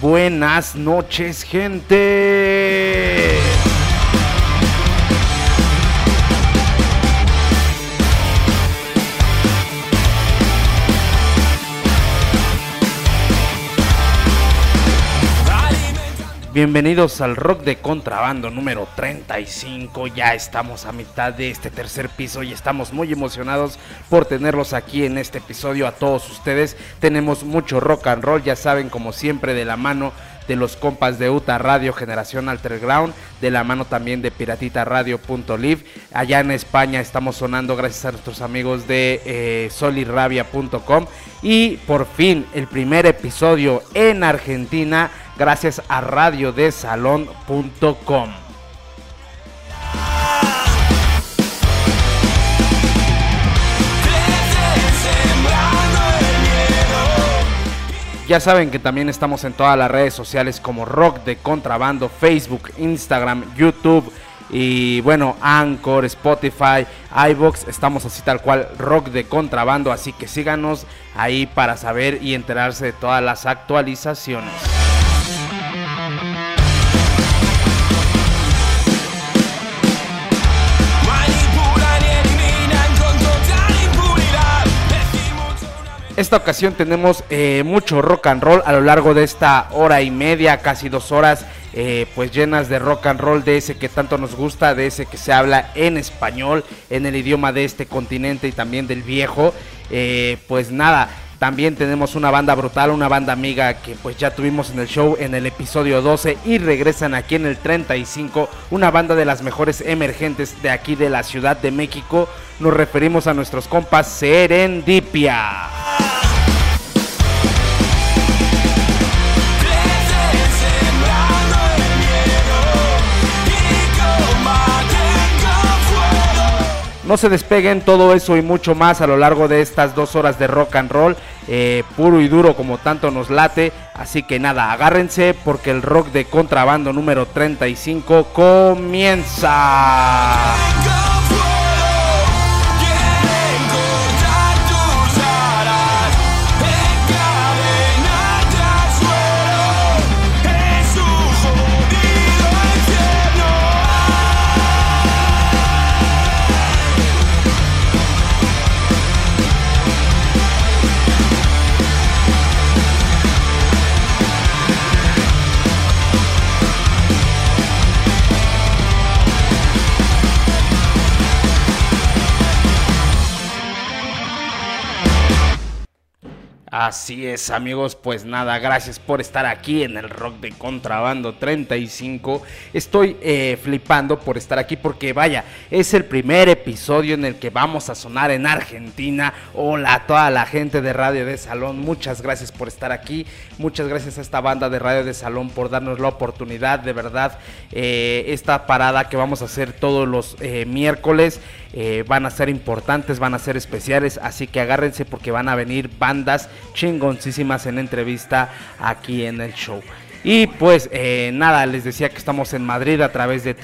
buenas noches, gente. Bienvenidos al Rock de Contrabando número 35, ya estamos a mitad de este tercer piso y estamos muy emocionados por tenerlos aquí en este episodio a todos ustedes. Tenemos mucho rock and roll, ya saben, como siempre, de la mano de los compas de UTA Radio Generación Alterground, de la mano también de piratitaradio.live. Allá en España estamos sonando gracias a nuestros amigos de solirrabia.com y por fin el primer episodio en Argentina gracias a radiodesalon.com. Ya saben que también estamos en todas las redes sociales como Rock de Contrabando, Facebook, Instagram, YouTube y bueno, Anchor, Spotify, iVoox. Estamos así tal cual, Rock de Contrabando, así que síganos ahí para saber y enterarse de todas las actualizaciones. Esta ocasión tenemos mucho rock and roll a lo largo de esta hora y media, casi 2 horas, pues llenas de rock and roll, de ese que tanto nos gusta, de ese que se habla en español, en el idioma de este continente y también del viejo. Pues nada, también tenemos una banda brutal, una banda amiga que pues ya tuvimos en el show en el episodio 12 y regresan aquí en el 35, una banda de las mejores emergentes de aquí de la Ciudad de México. Nos referimos a nuestros compas Serendipia. No se despeguen, todo eso y mucho más a lo largo de estas 2 horas de rock and roll, puro y duro como tanto nos late. Así que nada, agárrense porque el Rock de Contrabando número 35 comienza. Así es, amigos, pues nada, gracias por estar aquí en el Rock de Contrabando 35. Estoy flipando por estar aquí porque vaya, es el primer episodio en el que vamos a sonar en Argentina. Hola a toda la gente de Radio de Salón, muchas gracias por estar aquí. Muchas gracias a esta banda de Radio de Salón por darnos la oportunidad, de verdad. Esta parada que vamos a hacer todos los miércoles van a ser importantes, van a ser especiales, así que agárrense porque van a venir bandas chingoncísimas en entrevista aquí en el show. Y pues nada, les decía que estamos en Madrid a través de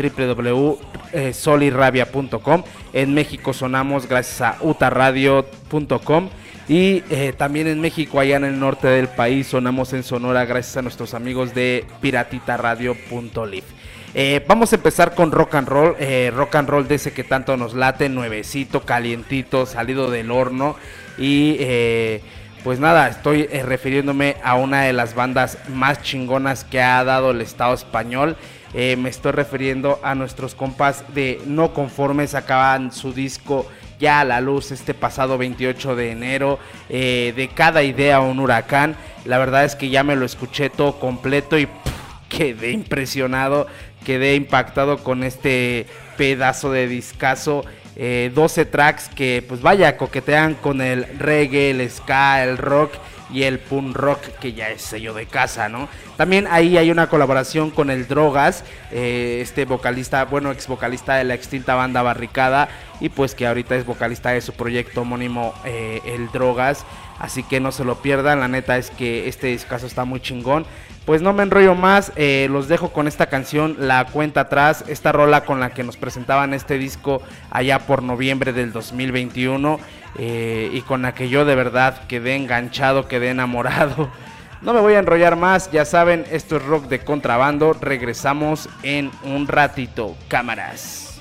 www.solirrabia.com. En México sonamos gracias a utaradio.com. Y también en México, allá en el norte del país, sonamos en Sonora gracias a nuestros amigos de piratitaradio.live. Vamos a empezar con rock and roll de ese que tanto nos late, nuevecito, calientito, salido del horno. Y pues nada, estoy refiriéndome a una de las bandas más chingonas que ha dado el Estado español. Me estoy refiriendo a nuestros compas de No Conformes. Acaban su disco ya a la luz este pasado 28 de enero, de Cada Idea un Huracán. La verdad es que ya me lo escuché todo completo y quedé impresionado, quedé impactado con este pedazo de discazo. 12 tracks que pues vaya, coquetean con el reggae, el ska, el rock y el punk rock, que ya es sello de casa, ¿no? También ahí hay una colaboración con el Drogas, este vocalista, bueno, ex vocalista de la extinta banda Barricada, y pues que ahorita es vocalista de su proyecto homónimo, el Drogas. Así que no se lo pierdan, la neta es que este discazo está muy chingón. Pues no me enrollo más, los dejo con esta canción, La Cuenta Atrás, esta rola con la que nos presentaban este disco allá por noviembre del 2021, y con la que yo de verdad quedé enganchado, quedé enamorado No me voy a enrollar más, ya saben, esto es rock de contrabando. Regresamos en un ratito, cámaras.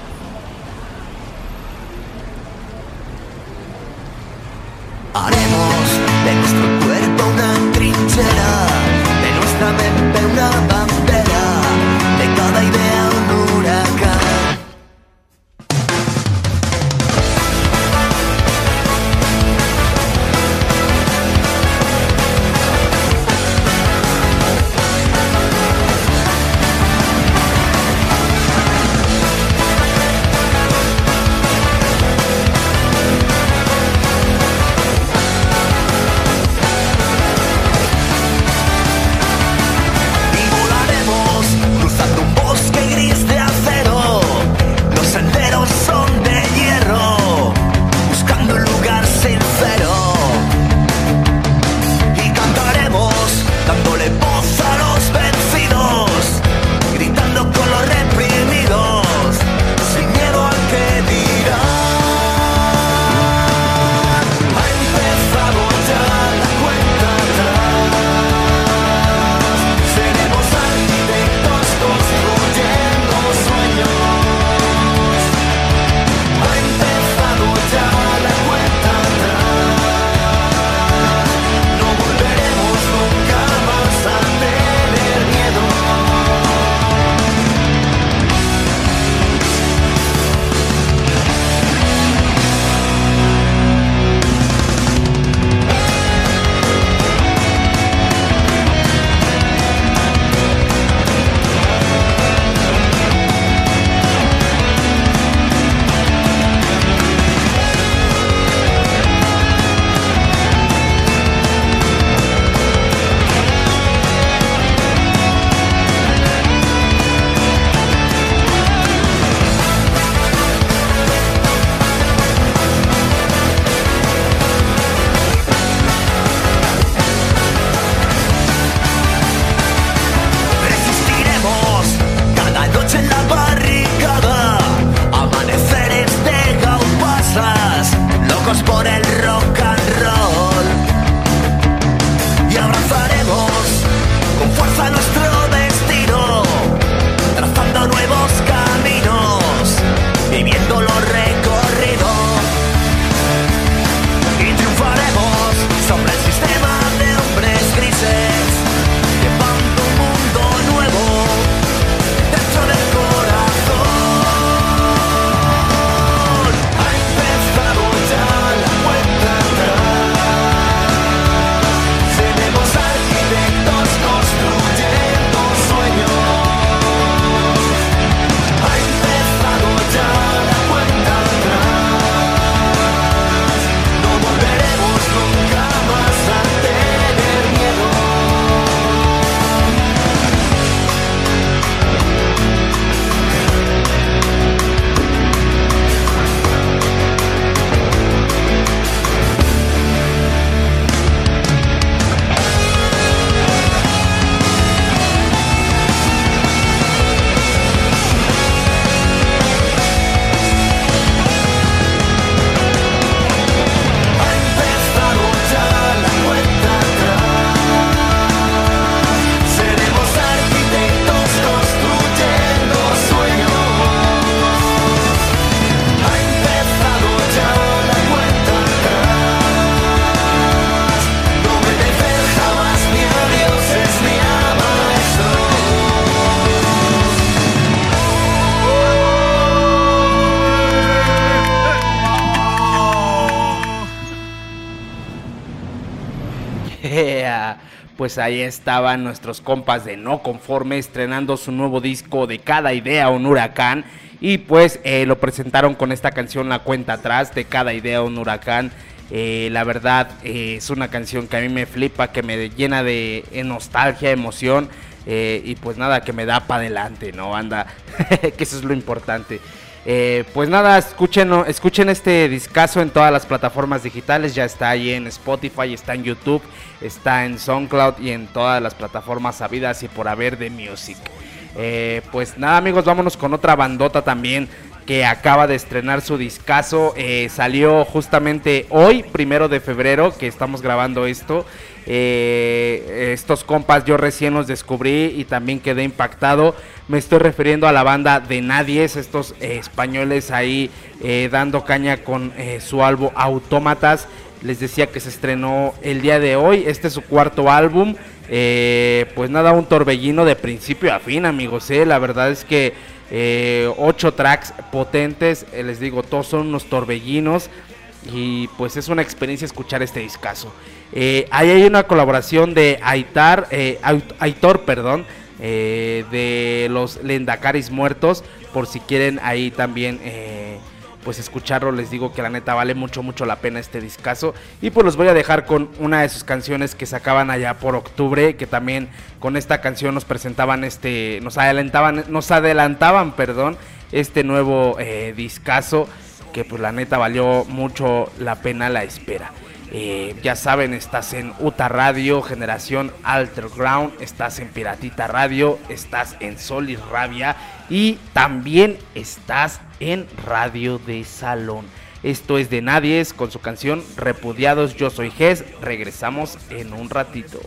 Haremos de nuestro cuerpo una trinchera, de nuestra mente una bandera, de cada idea un huracán. Pues ahí estaban nuestros compas de No Conforme estrenando su nuevo disco de Cada Idea un Huracán. Y pues lo presentaron con esta canción La Cuenta Atrás, de Cada Idea un Huracán. La verdad es una canción que a mí me flipa, que me llena de nostalgia, emoción. Y pues nada, que me da para adelante, ¿no, banda? Que eso es lo importante. Pues nada, escuchen este discazo en todas las plataformas digitales. Ya está ahí en Spotify, está en YouTube, está en SoundCloud y en todas las plataformas habidas y por haber de music. Pues nada, amigos, vámonos con otra bandota también que acaba de estrenar su discazo. Salió justamente hoy, 1 de febrero, que estamos grabando esto. Estos compas yo recién los descubrí y también quedé impactado. Me estoy refiriendo a la banda de Nadies, estos españoles ahí dando caña con su álbum Autómatas. Les decía que se estrenó el día de hoy. Este es su cuarto álbum. Pues nada, un torbellino de principio a fin, amigos. La verdad es que 8 tracks potentes. Les digo, todos son unos torbellinos. Y pues es una experiencia escuchar este discazo. Ahí hay una colaboración de Aitor, de los Lendacaris Muertos. Por si quieren ahí también pues escucharlo, les digo que la neta vale mucho la pena este discazo. Y pues los voy a dejar con una de sus canciones que sacaban allá por octubre, que también con esta canción nos presentaban nos adelantaban este nuevo discazo, que pues la neta valió mucho la pena la espera. Ya saben, estás en UTA Radio, Generación Alterground, estás en Piratita Radio, estás en Sol y Rabia y también estás en Radio de Salón. Esto es de Nadies con su canción Repudiados. Yo soy Ges, regresamos en un ratito.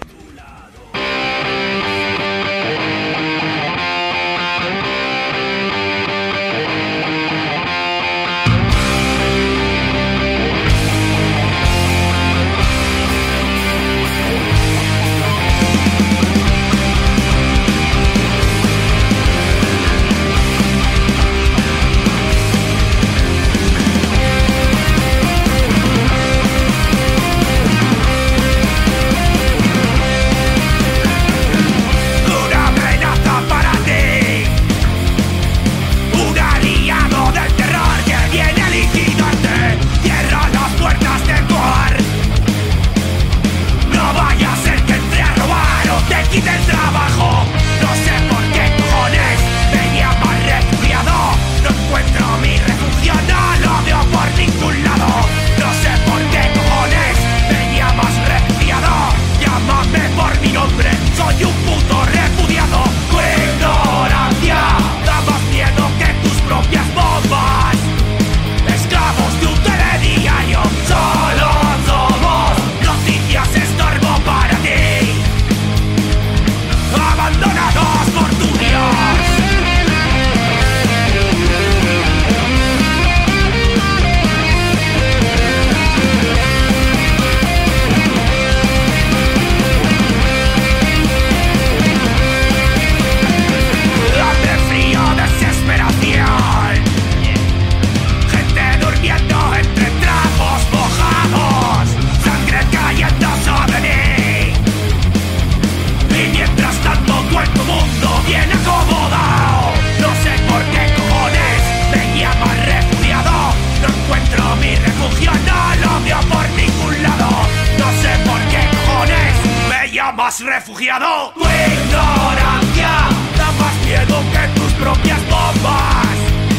Refugiado, tu ignorancia da más miedo que tus propias bombas.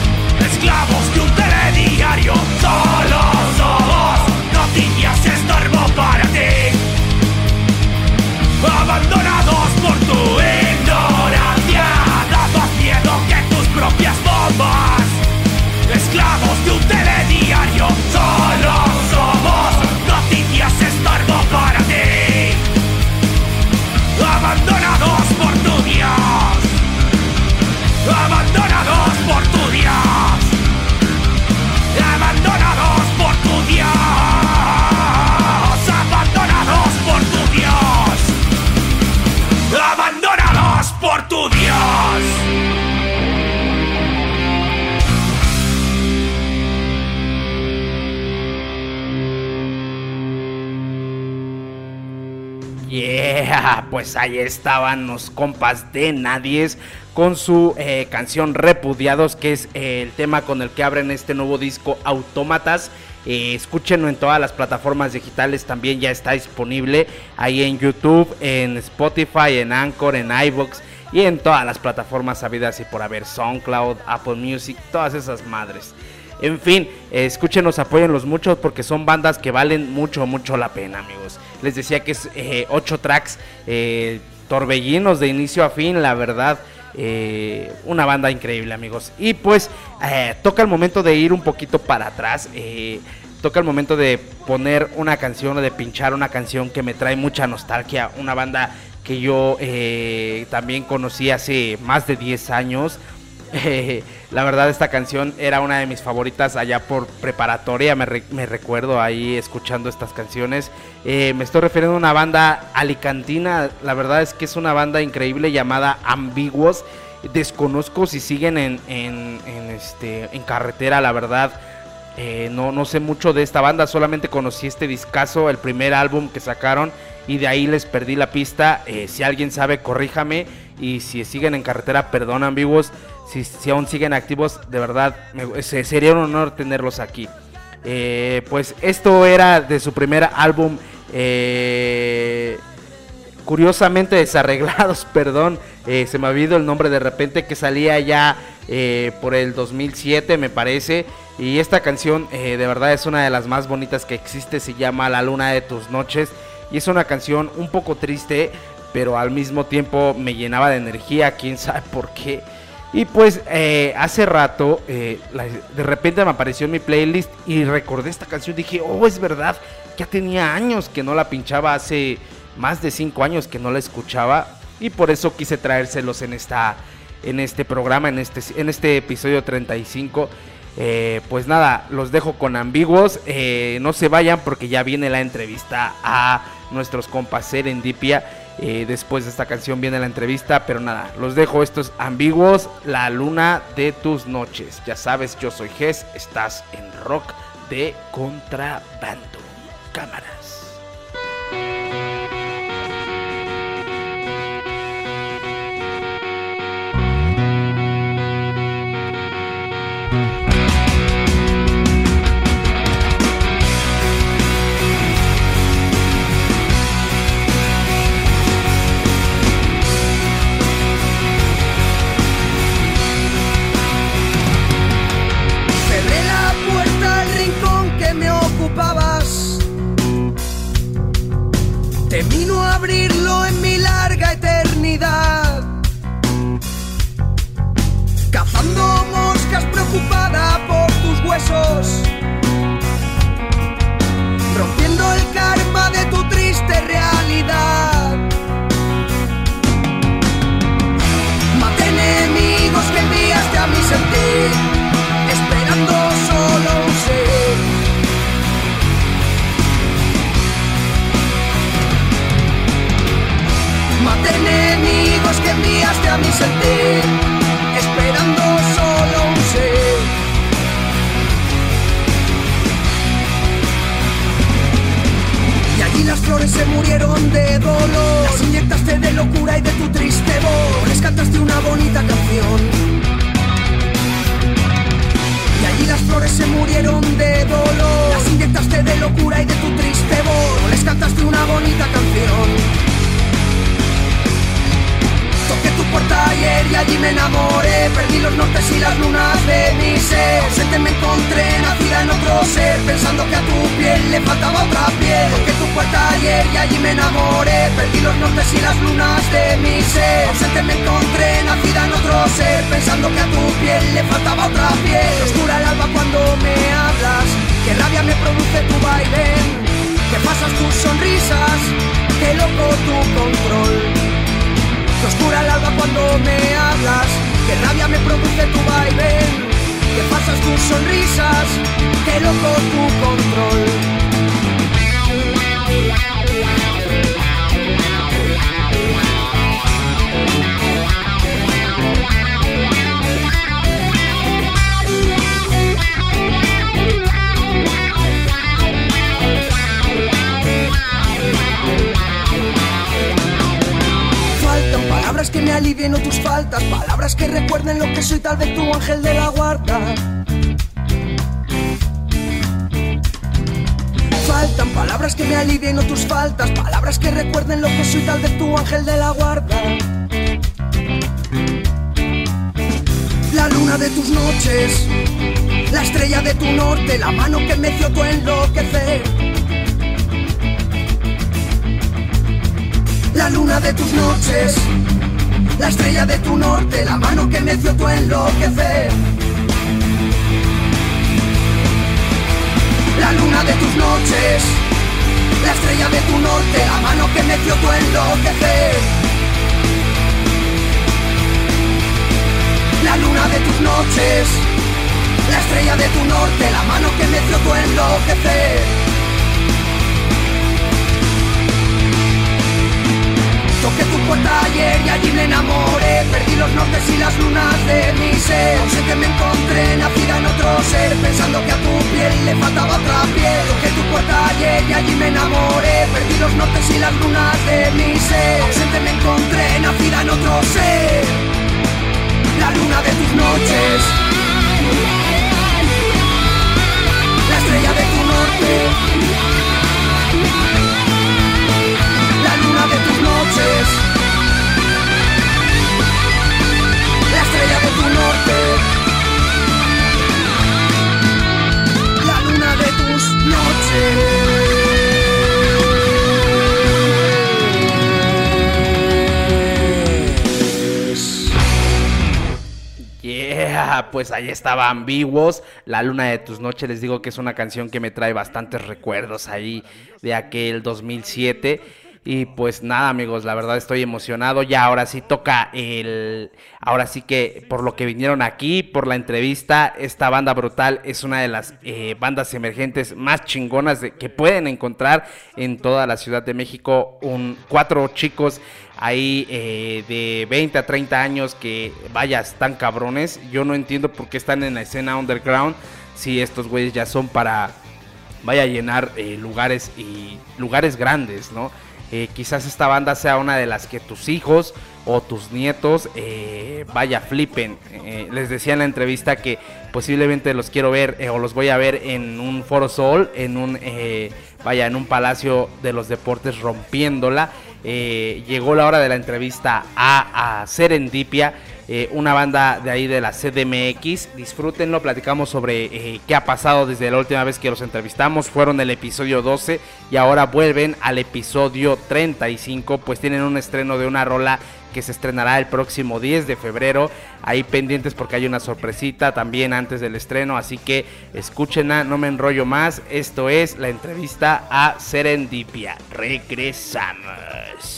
Esclavos de un telediario, solo somos noticias estorbo para ti. Abandonados por tu ignorancia, da más miedo que tus propias bombas. Esclavos de un telediario, solo somos noticias estorbo para ti. Abandonados por tu Dios, abandonados por tu Dios, abandonados por tu Dios, abandonados por tu Dios, abandonados por tu Dios. Yeah, pues ahí estaban los compas de Nadies con su canción Repudiados, que es el tema con el que abren este nuevo disco Autómatas. Escúchenlo en todas las plataformas digitales, también ya está disponible ahí en YouTube, en Spotify, en Anchor, en iVoox y en todas las plataformas habidas y por haber, SoundCloud, Apple Music, todas esas madres. En fin, escúchenos, apóyenlos mucho porque son bandas que valen mucho la pena, amigos. Les decía que es 8 tracks, torbellinos de inicio a fin, la verdad. Una banda increíble, amigos. Y pues toca el momento de ir un poquito para atrás. Toca el momento de poner una canción o de pinchar una canción que me trae mucha nostalgia. Una banda que yo también conocí hace más de 10 años. La verdad, esta canción era una de mis favoritas allá por preparatoria. Me recuerdo ahí escuchando estas canciones. Me estoy refiriendo a una banda alicantina. La verdad es que es una banda increíble llamada Ambiguos. Desconozco si siguen en carretera, la verdad. No sé mucho de esta banda. Solamente conocí este discazo, el primer álbum que sacaron, y de ahí les perdí la pista. Si alguien sabe, corríjame. Y si siguen en carretera, perdón, Ambiguos. Si aún siguen activos, de verdad, sería un honor tenerlos aquí. Pues esto era de su primer álbum, curiosamente Desarreglados, perdón. Se me ha olvidado el nombre de repente, que salía ya por el 2007, me parece. Y esta canción de verdad es una de las más bonitas que existe. Se llama La Luna de Tus Noches. Y es una canción un poco triste, pero al mismo tiempo me llenaba de energía, quién sabe por qué. Y pues hace rato de repente me apareció en mi playlist y recordé esta canción. Dije, oh, es verdad, ya tenía años que no la pinchaba, hace más de 5 años que no la escuchaba. Y por eso quise traérselos en este programa, en este episodio 35. Pues nada, los dejo con Ambiguos. No se vayan porque ya viene la entrevista a nuestros compas Serendipia. Después de esta canción viene la entrevista, pero nada, los dejo. Estos Ambiguos, La Luna de Tus Noches. Ya sabes, yo soy Ges, estás en Rock de Contrabando. Cámaras. Termino a abrirlo en mi larga eternidad, cazando moscas preocupada por tus huesos, rompiendo el karma de tu triste realidad. Maté enemigos que enviaste a mi sentir, esperando solo un ser. Maté enemigos que enviaste a mi sentir, esperando solo un ser. Y allí las flores se murieron de dolor, las inyectaste de locura y de tu triste voz, les cantaste una bonita canción. Y allí las flores se murieron de dolor, las inyectaste de locura y de tu triste voz, les cantaste una bonita canción. Toqué tu puerta ayer y allí me enamoré, perdí los nortes y las lunas de mi ser. Ausente me encontré, nacida en otro ser, pensando que a tu piel le faltaba otra piel. Toqué tu puerta ayer y allí me enamoré, perdí los nortes y las lunas de mi ser. Ausente me encontré, nacida en otro ser, pensando que a tu piel le faltaba otra piel. Oscura el alba cuando me hablas, qué rabia me produce tu baile, que pasas tus sonrisas, qué loco tu control. Que oscura el alba cuando me hablas, qué rabia me produce tu vaivén, que pasas tus sonrisas, qué loco tu control. Palabras que me alivien o tus faltas, palabras que recuerden lo que soy, tal vez tu ángel de la guarda. Faltan palabras que me alivien o tus faltas, palabras que recuerden lo que soy, tal vez tu ángel de la guarda. La luna de tus noches, la estrella de tu norte, la mano que me dio tu enloquecer. La luna de tus noches, la estrella de tu norte, la mano que me hizo tu enloquecer. La luna de tus noches, la estrella de tu norte, la mano que me hizo tu enloquecer. La luna de tus noches, la estrella de tu norte, la mano que me hizo tu enloquecer. Toqué tu puerta ayer y allí me enamoré. Perdí los nortes y las lunas de mi ser. Sé que me encontré nacida en otro ser, pensando que a tu piel le faltaba otra piel. Toqué tu puerta ayer y allí me enamoré. Perdí los nortes y las lunas de mi ser. Ausente me encontré nacida en otro ser. La luna de tus noches, la estrella de tu norte, la luna de tus noches, la estrella de tu norte, la luna de tus noches. Yeah, pues ahí estaba Ambiguos, La luna de tus noches. Les digo que es una canción que me trae bastantes recuerdos ahí de aquel 2007. Y pues nada, amigos, la verdad estoy emocionado. Ya ahora sí toca ahora sí que por lo que vinieron aquí, por la entrevista. Esta banda brutal es una de las bandas emergentes más chingonas que pueden encontrar en toda la Ciudad de México. 4 chicos ahí de 20 a 30 años que, vaya, están cabrones. Yo no entiendo por qué están en la escena underground si estos güeyes ya son para, vaya, llenar lugares grandes, ¿no? Quizás esta banda sea una de las que tus hijos o tus nietos vaya, flipen. Les decía en la entrevista que posiblemente los quiero ver o los voy a ver en un Foro Sol, en un Palacio de los Deportes rompiéndola. Llegó la hora de la entrevista a Serendipia, una banda de ahí de la CDMX. Disfrútenlo, platicamos sobre qué ha pasado desde la última vez que los entrevistamos. Fueron el episodio 12 y ahora vuelven al episodio 35, pues tienen un estreno de una rola que se estrenará el próximo 10 de febrero. Ahí pendientes porque hay una sorpresita también antes del estreno, así que escúchenla, no me enrollo más. Esto es la entrevista a Serendipia. Regresamos.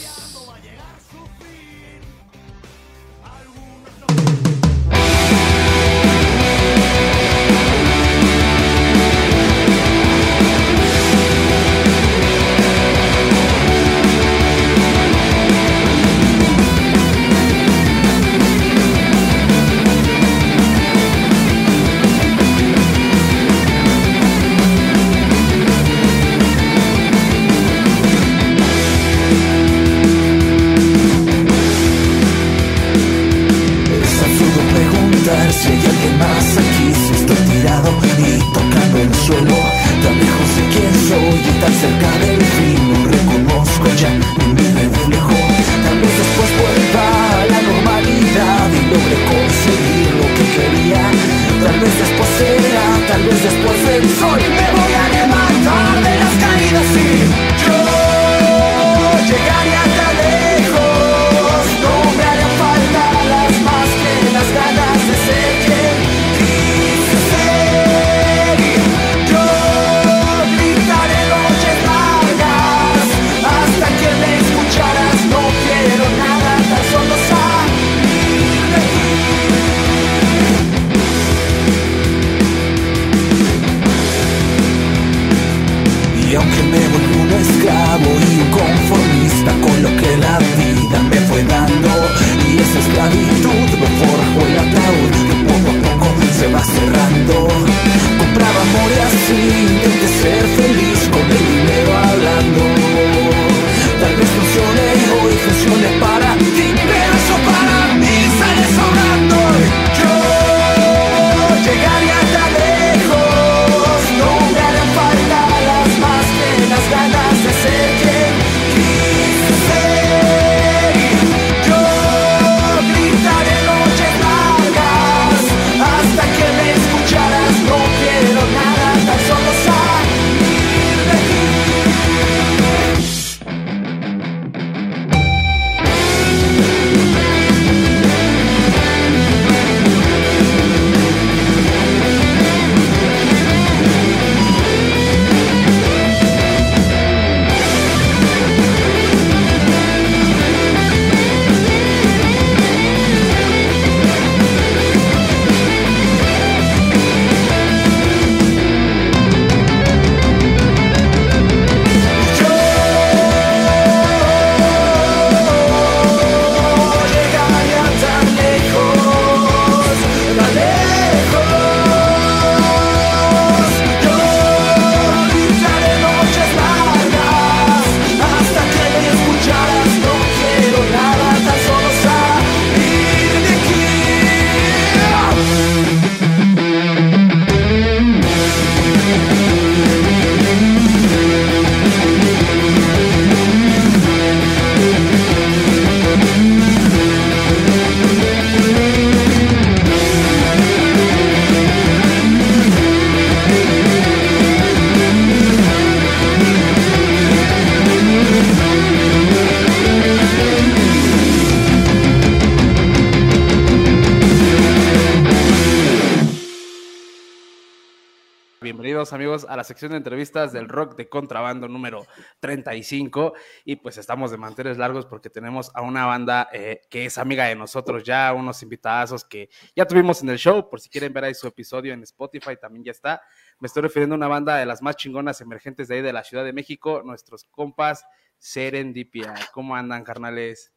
bienvenidos amigos a la sección de entrevistas del rock de contrabando número 35 y pues estamos de manteles largos porque tenemos a una banda que es amiga de nosotros ya, unos invitadazos que ya tuvimos en el show, por si quieren ver ahí su episodio en Spotify también ya está. Me estoy refiriendo a una banda de las más chingonas emergentes de ahí de la Ciudad de México, nuestros compas Serendipia. ¿Cómo andan, carnales?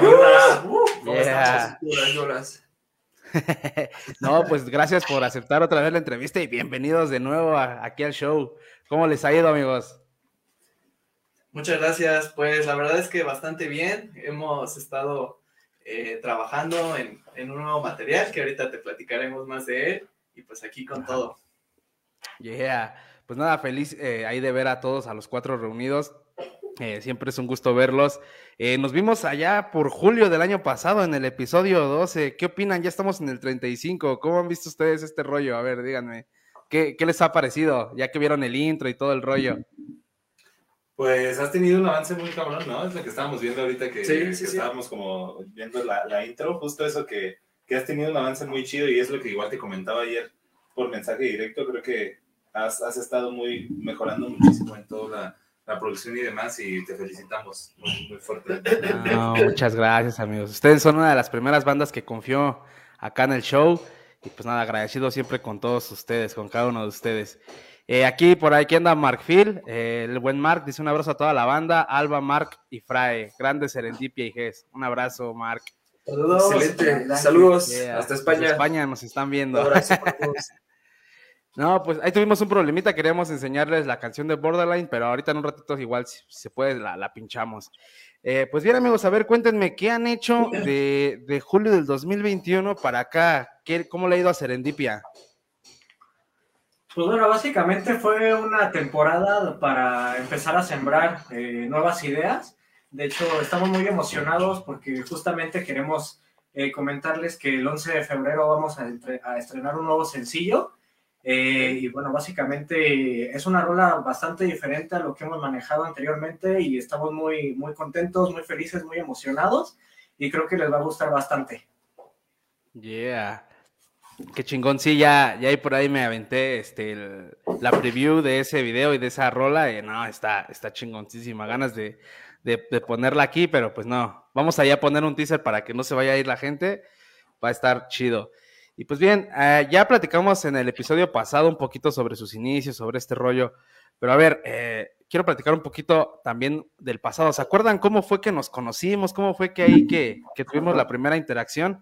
Yeah. No, pues gracias por aceptar otra vez la entrevista y bienvenidos de nuevo aquí al show. ¿Cómo les ha ido, amigos? Muchas gracias, pues la verdad es que bastante bien. Hemos estado trabajando en un nuevo material que ahorita te platicaremos más de él y pues aquí con todo. Yeah, pues nada, feliz ahí de ver a todos, a los 4 reunidos. Siempre es un gusto verlos. Nos vimos allá por julio del año pasado en el episodio 12. ¿Qué opinan? Ya estamos en el 35. ¿Cómo han visto ustedes este rollo? A ver, díganme. ¿Qué les ha parecido? Ya que vieron el intro y todo el rollo. Pues has tenido un avance muy cabrón, ¿no? Es lo que estábamos viendo ahorita que Sí. estábamos como viendo la intro. Justo eso que has tenido un avance muy chido y es lo que igual te comentaba ayer por mensaje directo. Creo que has estado mejorando muchísimo en toda la producción y demás, y te felicitamos muy fuerte. No, muchas gracias, amigos. Ustedes son una de las primeras bandas que confió acá en el show, y pues nada, agradecido siempre con todos ustedes, con cada uno de ustedes. Por aquí anda Mark Phil, el buen Mark, dice un abrazo a toda la banda, Alba, Mark y Frae, grandes Serendipia y Ges. Un abrazo, Mark. Saludos. Excelente, saludos, hasta España. Desde España nos están viendo. Un abrazo para todos. No, pues ahí tuvimos un problemita, queríamos enseñarles la canción de Borderline, pero ahorita en un ratito igual si se puede la pinchamos. Pues bien, amigos, a ver, cuéntenme, ¿qué han hecho de julio del 2021 para acá? ¿Cómo le ha ido a Serendipia? Pues bueno, básicamente fue una temporada para empezar a sembrar nuevas ideas. De hecho, estamos muy emocionados porque justamente queremos comentarles que el 11 de febrero vamos a estrenar un nuevo sencillo. Y bueno, básicamente es una rola bastante diferente a lo que hemos manejado anteriormente y estamos muy, muy contentos, muy felices, muy emocionados y creo que les va a gustar bastante. Yeah, qué chingón. Sí, ya ahí por ahí me aventé la preview de ese video y de esa rola y no, está chingoncísima, ganas de ponerla aquí, pero pues no, vamos allá a poner un teaser para que no se vaya a ir la gente, va a estar chido. Y pues bien, ya platicamos en el episodio pasado un poquito sobre sus inicios, sobre este rollo, pero a ver, quiero platicar un poquito también del pasado. ¿Se acuerdan cómo fue que nos conocimos? ¿Cómo fue que ahí que tuvimos la primera interacción?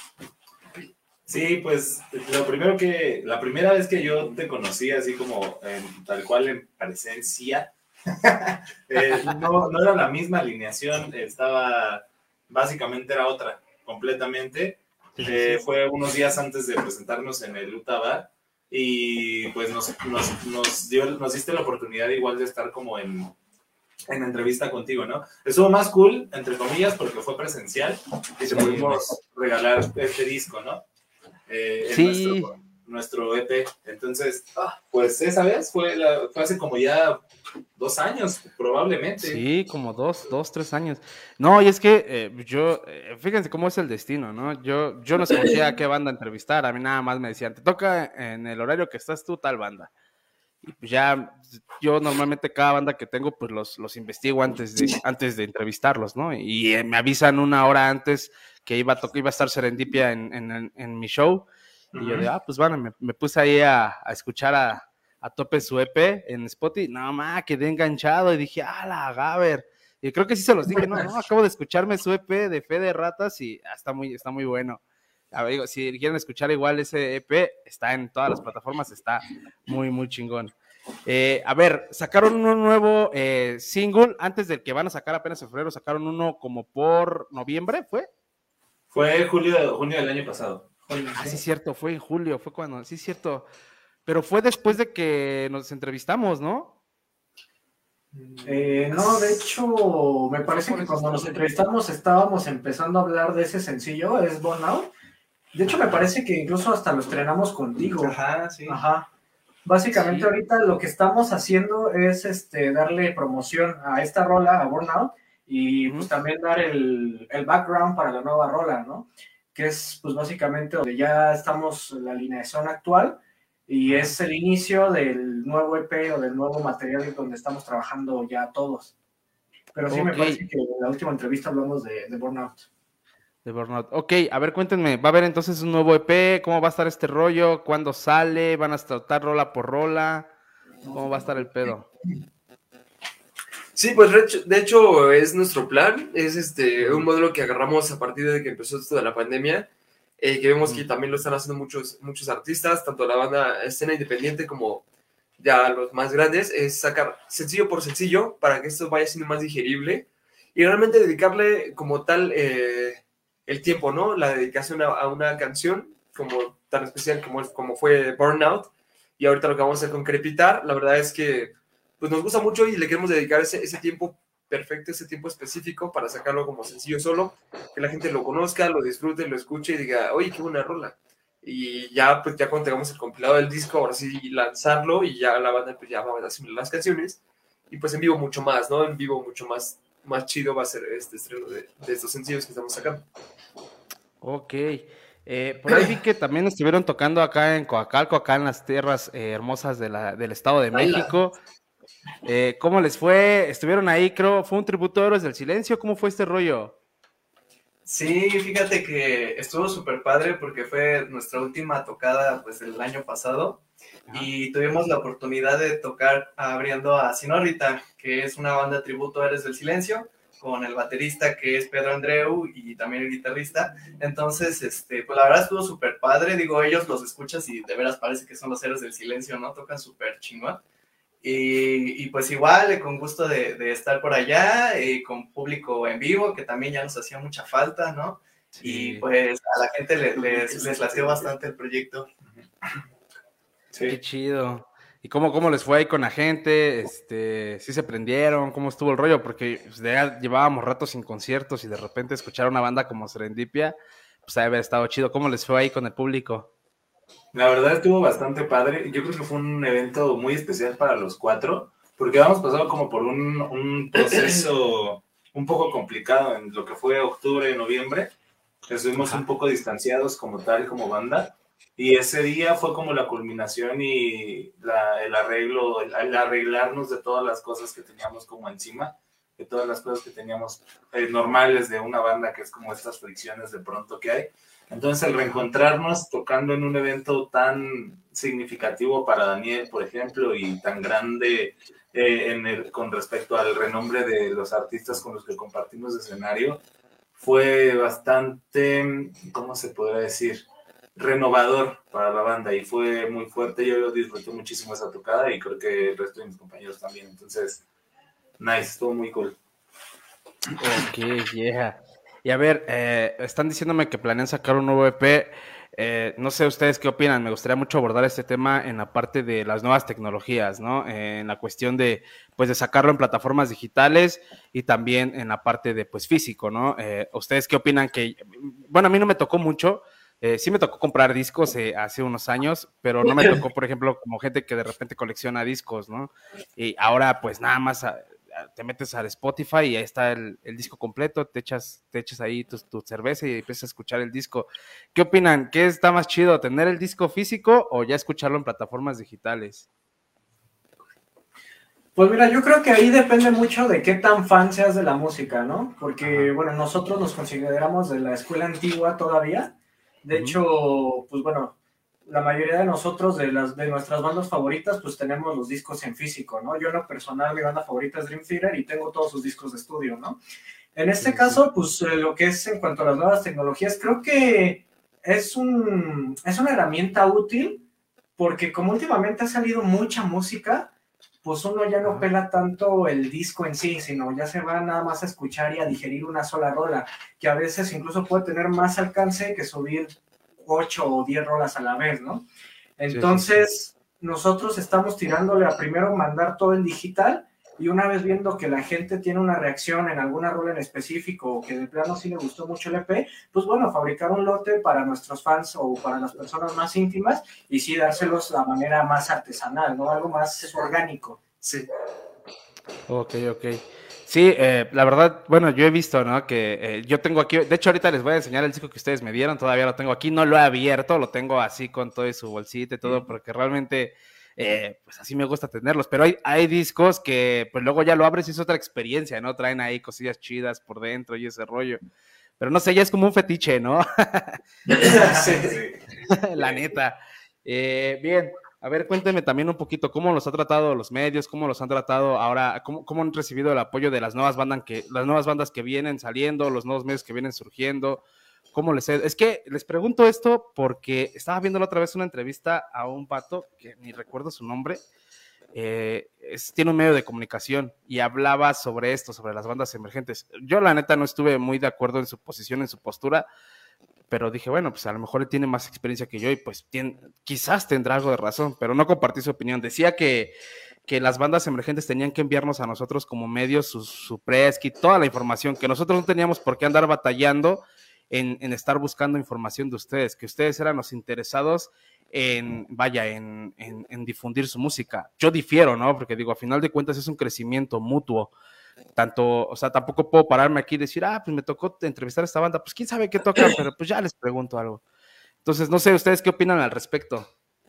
Sí, pues la primera vez que yo te conocí así como tal cual en presencia, no era la misma alineación, básicamente era otra, completamente. Fue unos días antes de presentarnos en el Utah Bar y pues nos diste la oportunidad igual de estar como en entrevista contigo, ¿no? Estuvo más cool, entre comillas, porque fue presencial y te pudimos regalar este disco, ¿no? Sí. Nuestro EP. Entonces, pues esa vez fue hace como ya 2 años, probablemente. Sí, como 3 años. No, y es que fíjense cómo es el destino, ¿no? Yo no escogía a qué banda entrevistar, a mí nada más me decían, te toca en el horario que estás tú tal banda. Y pues ya, yo normalmente cada banda que tengo, pues los investigo antes de entrevistarlos, ¿no? Y me avisan 1 hora antes que iba a estar Serendipia en mi show. Y yo de, pues bueno, me puse ahí a escuchar a tope su EP en Spotify. No, quedé enganchado y dije, la Gaber. Y creo que sí se los dije, no, acabo de escucharme su EP de Fe de Ratas y está muy bueno. A ver, digo, si quieren escuchar igual ese EP, está en todas las plataformas, está muy, muy chingón. A ver, sacaron un nuevo single antes del que van a sacar apenas en febrero, sacaron uno como por noviembre, ¿fue? Fue junio del año pasado. Sí, cierto, fue en julio, fue cuando, sí, cierto. Pero fue después de que nos entrevistamos, ¿no? No, de hecho, me parece que cuando nos entrevistamos estábamos empezando a hablar de ese sencillo, es Burnout. De hecho, me parece que incluso hasta lo estrenamos contigo. Ajá, sí. Ajá. Básicamente ahorita lo que estamos haciendo es darle promoción a esta rola, a Burnout, y pues también dar el background para la nueva rola, ¿no? Que es pues básicamente donde ya estamos en la alineación actual y es el inicio del nuevo EP o del nuevo material donde estamos trabajando ya todos. Pero sí, me parece que en la última entrevista hablamos de Burnout. De Burnout. Ok, a ver, cuéntenme, ¿va a haber entonces un nuevo EP? ¿Cómo va a estar este rollo? ¿Cuándo sale? ¿Van a tratar rola por rola? ¿Cómo va a estar el pedo? Sí, pues de hecho es nuestro plan, es un modelo que agarramos a partir de que empezó esto de la pandemia, que vemos que también lo están haciendo muchos artistas, tanto la banda escena independiente como ya los más grandes, es sacar sencillo por sencillo para que esto vaya siendo más digerible y realmente dedicarle como tal el tiempo, ¿no? La dedicación a una canción como tan especial como fue Burnout, y ahorita lo que vamos a hacer con Crepitar, la verdad es que pues nos gusta mucho y le queremos dedicar ese tiempo perfecto, ese tiempo específico para sacarlo como sencillo solo, que la gente lo conozca, lo disfrute, lo escuche y diga, oye, qué buena rola. Y ya, pues ya cuando tengamos el compilado del disco, ahora sí lanzarlo y ya la banda pues ya va a asimilar las canciones y pues en vivo mucho más, ¿no? En vivo mucho más chido va a ser este estreno de estos sencillos que estamos sacando. Ok. Por ahí vi que también estuvieron tocando acá en Coacalco, acá en las tierras hermosas del Estado de México. ¿Cómo les fue? Estuvieron ahí, creo, fue un tributo a Héroes del Silencio. ¿Cómo fue este rollo? Sí, fíjate que estuvo súper padre porque fue nuestra última tocada pues el año pasado. Ajá. Y tuvimos la oportunidad de tocar abriendo a Sinorita, que es una banda tributo a Héroes del Silencio, con el baterista que es Pedro Andreu y también el guitarrista. Entonces, pues la verdad estuvo súper padre. Digo, ellos los escuchas y de veras parece que son los Héroes del Silencio, ¿no? Tocan súper chingón. Y pues igual, con gusto de estar por allá, con público en vivo, que también ya nos hacía mucha falta, ¿no? Sí. Y pues a la gente les lació bastante el proyecto. Sí. Qué chido. ¿Y cómo les fue ahí con la gente? ¿Sí se prendieron? ¿Cómo estuvo el rollo? Porque pues, ya llevábamos ratos sin conciertos y de repente escuchar una banda como Serendipia, pues debe haber estado chido. ¿Cómo les fue ahí con el público? La verdad estuvo bastante padre. Yo creo que fue un evento muy especial para los cuatro, porque habíamos pasado como por un proceso un poco complicado en lo que fue octubre y noviembre. Estuvimos un poco distanciados como tal, como banda, y ese día fue como la culminación y el arreglo, el arreglarnos de todas las cosas que teníamos como encima, de todas las cosas que teníamos normales de una banda, que es como estas fricciones de pronto que hay. Entonces, el reencontrarnos tocando en un evento tan significativo para Daniel, por ejemplo, y tan grande con respecto al renombre de los artistas con los que compartimos escenario, fue bastante, ¿cómo se podría decir?, renovador para la banda y fue muy fuerte. Yo disfruté muchísimo esa tocada y creo que el resto de mis compañeros también. Entonces, nice, estuvo muy cool. Ok, yeah. Y a ver, están diciéndome que planean sacar un nuevo EP. No sé ustedes qué opinan. Me gustaría mucho abordar este tema en la parte de las nuevas tecnologías, ¿no? En la cuestión de sacarlo en plataformas digitales y también en la parte de, físico, ¿no? ¿Ustedes qué opinan? Bueno, a mí no me tocó mucho. Sí me tocó comprar discos hace unos años, pero no me tocó, por ejemplo, como gente que de repente colecciona discos, ¿no? Y ahora, pues, nada más te metes al Spotify y ahí está el disco completo, te echas ahí tu cerveza y empiezas a escuchar el disco. ¿Qué opinan? ¿Qué está más chido, tener el disco físico o ya escucharlo en plataformas digitales? Pues mira, yo creo que ahí depende mucho de qué tan fan seas de la música, ¿no? Porque, bueno, nosotros nos consideramos de la escuela antigua todavía. De hecho, pues bueno, la mayoría de nosotros, de nuestras bandas favoritas, pues tenemos los discos en físico, ¿no? Yo en lo personal, mi banda favorita es Dream Theater y tengo todos sus discos de estudio, ¿no? En este caso, pues lo que es en cuanto a las nuevas tecnologías, creo que es una herramienta útil porque como últimamente ha salido mucha música, pues uno ya no pela tanto el disco en sí, sino ya se va nada más a escuchar y a digerir una sola rola, que a veces incluso puede tener más alcance que subir 8 o 10 rolas a la vez, ¿no? Entonces, nosotros estamos tirándole a primero mandar todo en digital y una vez viendo que la gente tiene una reacción en alguna rola en específico o que de plano sí le gustó mucho el EP, pues bueno, fabricar un lote para nuestros fans o para las personas más íntimas y sí dárselos de la manera más artesanal, ¿no? Algo más orgánico. Sí. Ok. Sí, la verdad, bueno, yo he visto, ¿no? Que yo tengo aquí, de hecho ahorita les voy a enseñar el disco que ustedes me dieron, todavía lo tengo aquí, no lo he abierto, lo tengo así con todo su bolsita y todo, porque realmente, pues así me gusta tenerlos, pero hay discos que pues luego ya lo abres y es otra experiencia, ¿no? Traen ahí cosillas chidas por dentro y ese rollo, pero no sé, ya es como un fetiche, ¿no? Sí. La neta. Bien, a ver, cuénteme también un poquito cómo los ha tratado los medios, cómo los han tratado ahora, cómo han recibido el apoyo de las nuevas bandas que vienen saliendo, los nuevos medios que vienen surgiendo, cómo les es que les pregunto esto porque estaba viendo la otra vez una entrevista a un pato que ni recuerdo su nombre. Tiene un medio de comunicación y hablaba sobre esto, sobre las bandas emergentes. Yo la neta no estuve muy de acuerdo en su posición, en su postura, pero dije, bueno, pues a lo mejor él tiene más experiencia que yo y pues quizás tendrá algo de razón, pero no compartí su opinión. Decía que las bandas emergentes tenían que enviarnos a nosotros como medios su press kit, toda la información, que nosotros no teníamos por qué andar batallando en estar buscando información de ustedes, que ustedes eran los interesados en difundir su música. Yo difiero, ¿no? Porque digo, a final de cuentas es un crecimiento mutuo. Tanto, o sea, tampoco puedo pararme aquí y decir, pues me tocó entrevistar a esta banda, pues quién sabe qué tocan, pero pues ya les pregunto algo. Entonces, no sé, ¿ustedes qué opinan al respecto?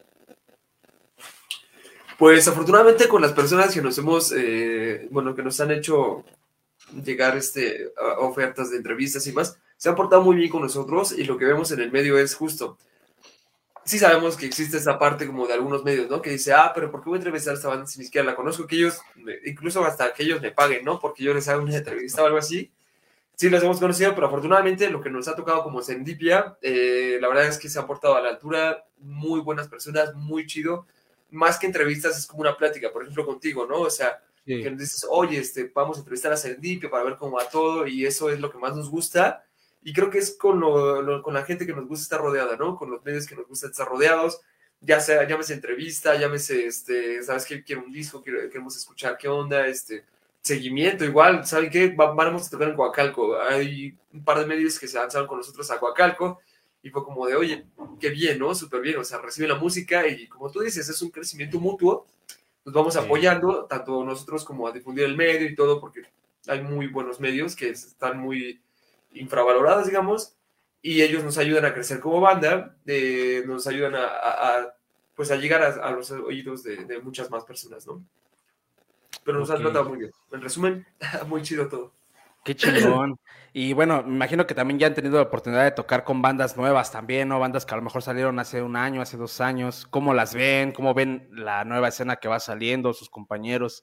Pues afortunadamente con las personas que nos hemos, bueno, que nos han hecho llegar a ofertas de entrevistas y más, se han portado muy bien con nosotros y lo que vemos en el medio es justo. Sí sabemos que existe esa parte como de algunos medios, ¿no? Que dice, pero ¿por qué voy a entrevistar a esta banda si ni siquiera la conozco? Que ellos, incluso hasta que ellos me paguen, ¿no? Porque yo les haga una entrevista o algo así. Sí, los hemos conocido, pero afortunadamente lo que nos ha tocado como Serendipia, la verdad es que se han portado a la altura, muy buenas personas, muy chido. Más que entrevistas, es como una plática, por ejemplo, contigo, ¿no? O sea, Sí. que nos dices, oye, vamos a entrevistar a Serendipia para ver cómo va todo, y eso es lo que más nos gusta. Y creo que es con la gente que nos gusta estar rodeada, ¿no? Con los medios que nos gusta estar rodeados, ya sea, llámese entrevista, llámese, ¿sabes qué? Quiero un disco, queremos escuchar qué onda, seguimiento, igual, ¿saben qué? Vamos a tocar en Coacalco. Hay un par de medios que se lanzaron con nosotros a Coacalco y fue como de, oye, qué bien, ¿no? Súper bien, o sea, reciben la música y como tú dices, es un crecimiento mutuo. Nos vamos apoyando, tanto nosotros como a difundir el medio y todo, porque hay muy buenos medios que están muy infravalorados, digamos, y ellos nos ayudan a crecer como banda, nos ayudan pues a llegar a los oídos de muchas más personas, ¿no? Pero nos han tratado muy bien. En resumen, muy chido todo. Qué chingón. Y bueno, me imagino que también ya han tenido la oportunidad de tocar con bandas nuevas también, ¿no? Bandas que a lo mejor salieron hace un año, hace 2 años. ¿Cómo las ven? ¿Cómo ven la nueva escena que va saliendo, sus compañeros?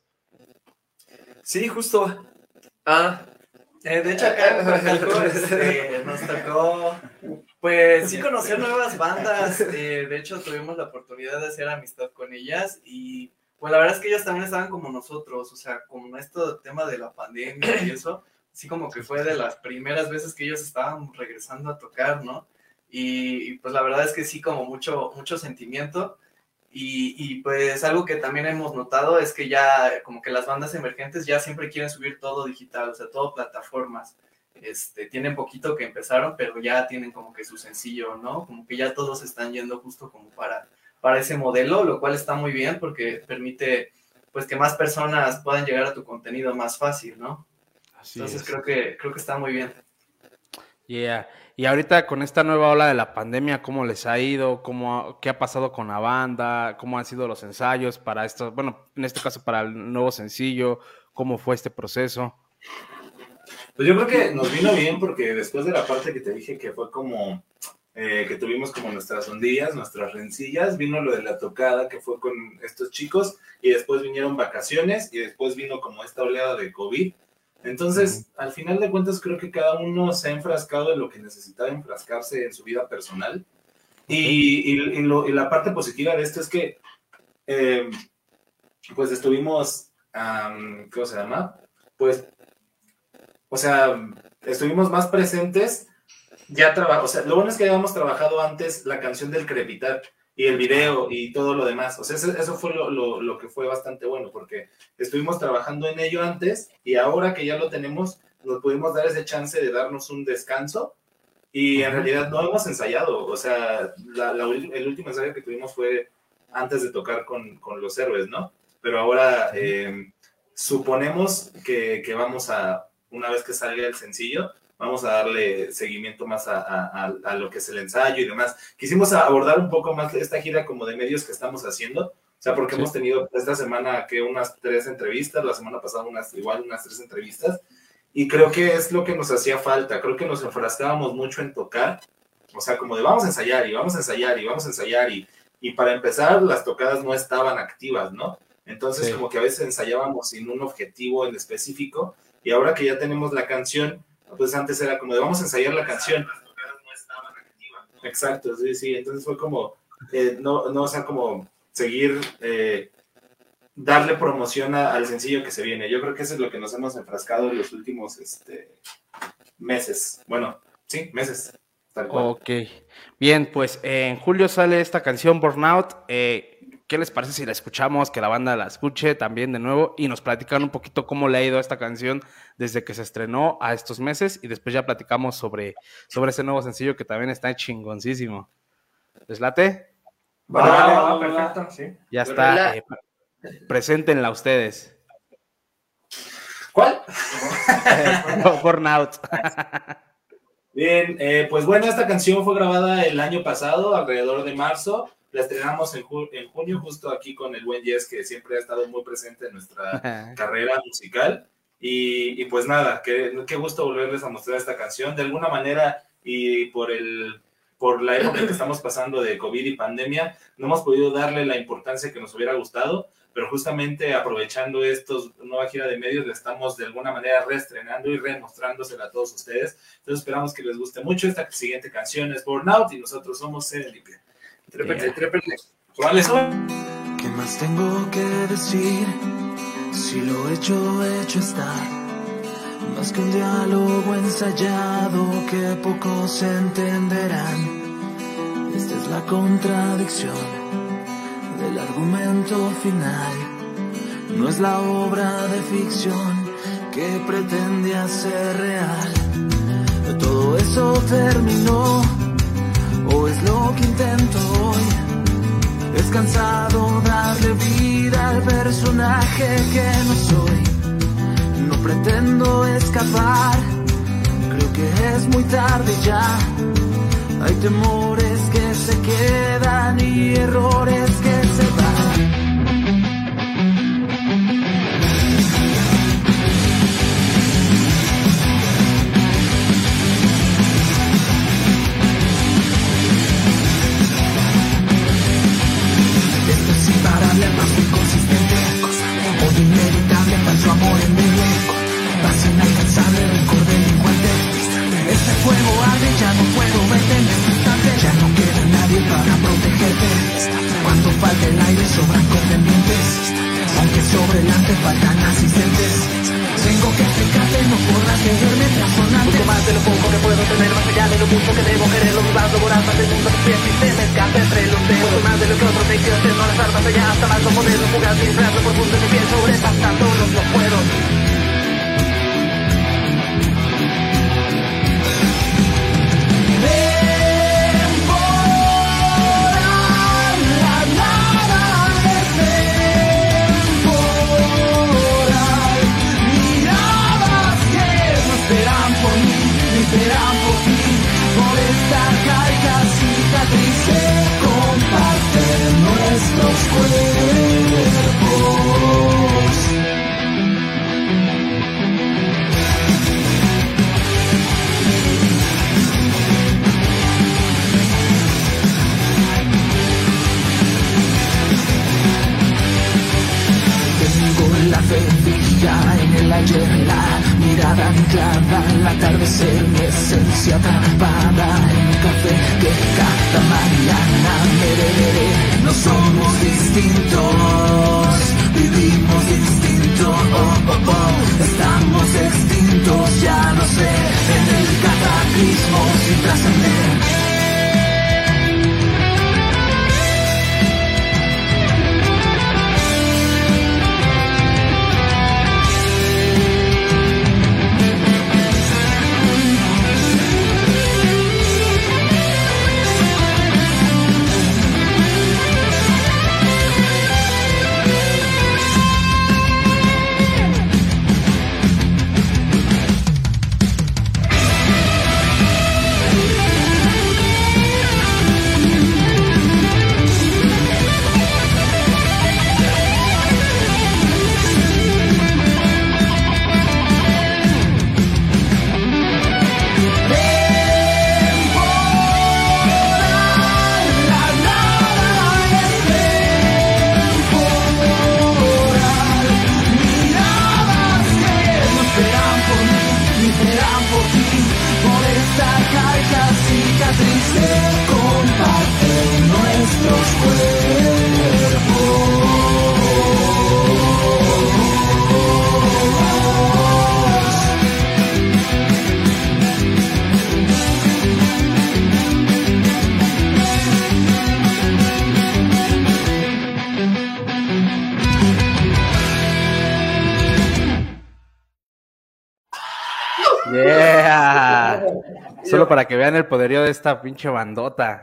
Sí, justo. De hecho, acá en Coacalco, nos tocó, pues sí, conocer nuevas bandas. De hecho, tuvimos la oportunidad de hacer amistad con ellas y pues la verdad es que ellas también estaban como nosotros, o sea, con esto tema de la pandemia y eso, así como que fue de las primeras veces que ellos estaban regresando a tocar, ¿no? Y pues la verdad es que sí, como mucho sentimiento. Y pues algo que también hemos notado es que ya como que las bandas emergentes ya siempre quieren subir todo digital, o sea, todo plataformas. Tienen poquito que empezaron, pero ya tienen como que su sencillo, ¿no? Como que ya todos están yendo justo como para ese modelo, lo cual está muy bien porque permite pues que más personas puedan llegar a tu contenido más fácil, ¿no? Así Entonces es. creo que está muy bien. Yeah. Y ahorita con esta nueva ola de la pandemia, ¿cómo les ha ido? ¿Qué ha pasado con la banda? ¿Cómo han sido los ensayos para esto? Bueno, en este caso para el nuevo sencillo, ¿cómo fue este proceso? Pues yo creo que nos vino bien porque después de la parte que te dije que fue como que tuvimos como nuestras ondillas, nuestras rencillas, vino lo de la tocada que fue con estos chicos y después vinieron vacaciones y después vino como esta oleada de COVID. Entonces, al final de cuentas, creo que cada uno se ha enfrascado en lo que necesitaba enfrascarse en su vida personal. Y la parte positiva de esto es que, pues estuvimos, ¿cómo se llama? Pues, o sea, estuvimos más presentes. O sea, lo bueno es que habíamos trabajado antes la canción del Crepitar y el video y todo lo demás. O sea, eso fue lo que fue bastante bueno, porque estuvimos trabajando en ello antes y ahora que ya lo tenemos, nos pudimos dar ese chance de darnos un descanso y en realidad no hemos ensayado. O sea, el último ensayo que tuvimos fue antes de tocar con Los Héroes, ¿no? Pero ahora suponemos que vamos a, una vez que salga el sencillo, vamos a darle seguimiento más a lo que es el ensayo y demás. Quisimos abordar un poco más esta gira como de medios que estamos haciendo, o sea, porque hemos tenido esta semana que unas 3 entrevistas, la semana pasada unas 3 entrevistas, y creo que es lo que nos hacía falta. Creo que nos enfrascábamos mucho en tocar, o sea, como de vamos a ensayar y vamos a ensayar y vamos a ensayar, y para empezar las tocadas no estaban activas, ¿no? Entonces como que a veces ensayábamos sin un objetivo en específico, y ahora que ya tenemos la canción, pues antes era como de vamos a ensayar la canción. Las tocadas no estaban activas, ¿no? Exacto, sí, entonces fue como, o sea, como seguir, darle promoción al sencillo que se viene. Yo creo que eso es lo que nos hemos enfrascado en los últimos meses. Bueno, sí, meses. Tal cual. Ok, bien, pues en julio sale esta canción Burnout. ¿Qué les parece si la escuchamos? Que la banda la escuche también de nuevo y nos platican un poquito cómo le ha ido a esta canción desde que se estrenó a estos meses, y después ya platicamos sobre ese nuevo sencillo que también está chingoncísimo. ¿Les late? Va, perfecto, sí. Ya está. Preséntenla ustedes. ¿Cuál? Burnout. Bien, pues bueno, esta canción fue grabada el año pasado, alrededor de marzo. La estrenamos en junio, justo aquí con el buen Jess, que siempre ha estado muy presente en nuestra carrera musical. Y pues nada, qué gusto volverles a mostrar esta canción. De alguna manera, y por la época que estamos pasando de COVID y pandemia, no hemos podido darle la importancia que nos hubiera gustado, pero justamente aprovechando nueva gira de medios, la estamos de alguna manera reestrenando y remostrándosela a todos ustedes. Entonces esperamos que les guste mucho. Esta siguiente canción es Burnout y nosotros somos Serendipia. Trépele. ¿Qué más tengo que decir? Si lo hecho está. Más que un diálogo ensayado que pocos entenderán. Esta es la contradicción del argumento final. No es la obra de ficción que pretende hacer real. Todo eso terminó, o es lo que intento hoy. Es cansado darle vida al personaje que no soy. No pretendo escapar, creo que es muy tarde ya. Hay temores que se quedan y errores que se van. Esto es imparable, más inconsistente. Odio inevitable, falso amor en mi paz inalcanzable, rencor delincuente. Este fuego arde, ya no puedo verte en este instante. Ya no queda nadie para protegerte. Cuando falta el aire sobran contendientes. Aunque sobre el ante faltan asistentes. Tengo que explicarte, no podrás leerme trasonante. Mucho más de lo poco que puedo tener, más allá de lo mucho que debo querer. Lo vivado, voraz, más del mundo que pies y se me escapa entre los dedos. Mucho más de lo que otros me quiero hacer, no las armas allá hasta más no poderlo jugar. Sin frase por punto de pie, sobrepasando los no puedo. Esperan por ti, por esta carga cicatriz se comparten nuestros cuerpos. Tengo la fe fija en el ayer, la mirada anclada al atardecer, mi esencia atrapada en un café que cada mañana me beberé. No somos distintos, vivimos distinto, estamos extintos, ya lo sé, en el cataclismo sin trascender. Yeah. Solo para que vean el poderío de esta pinche bandota.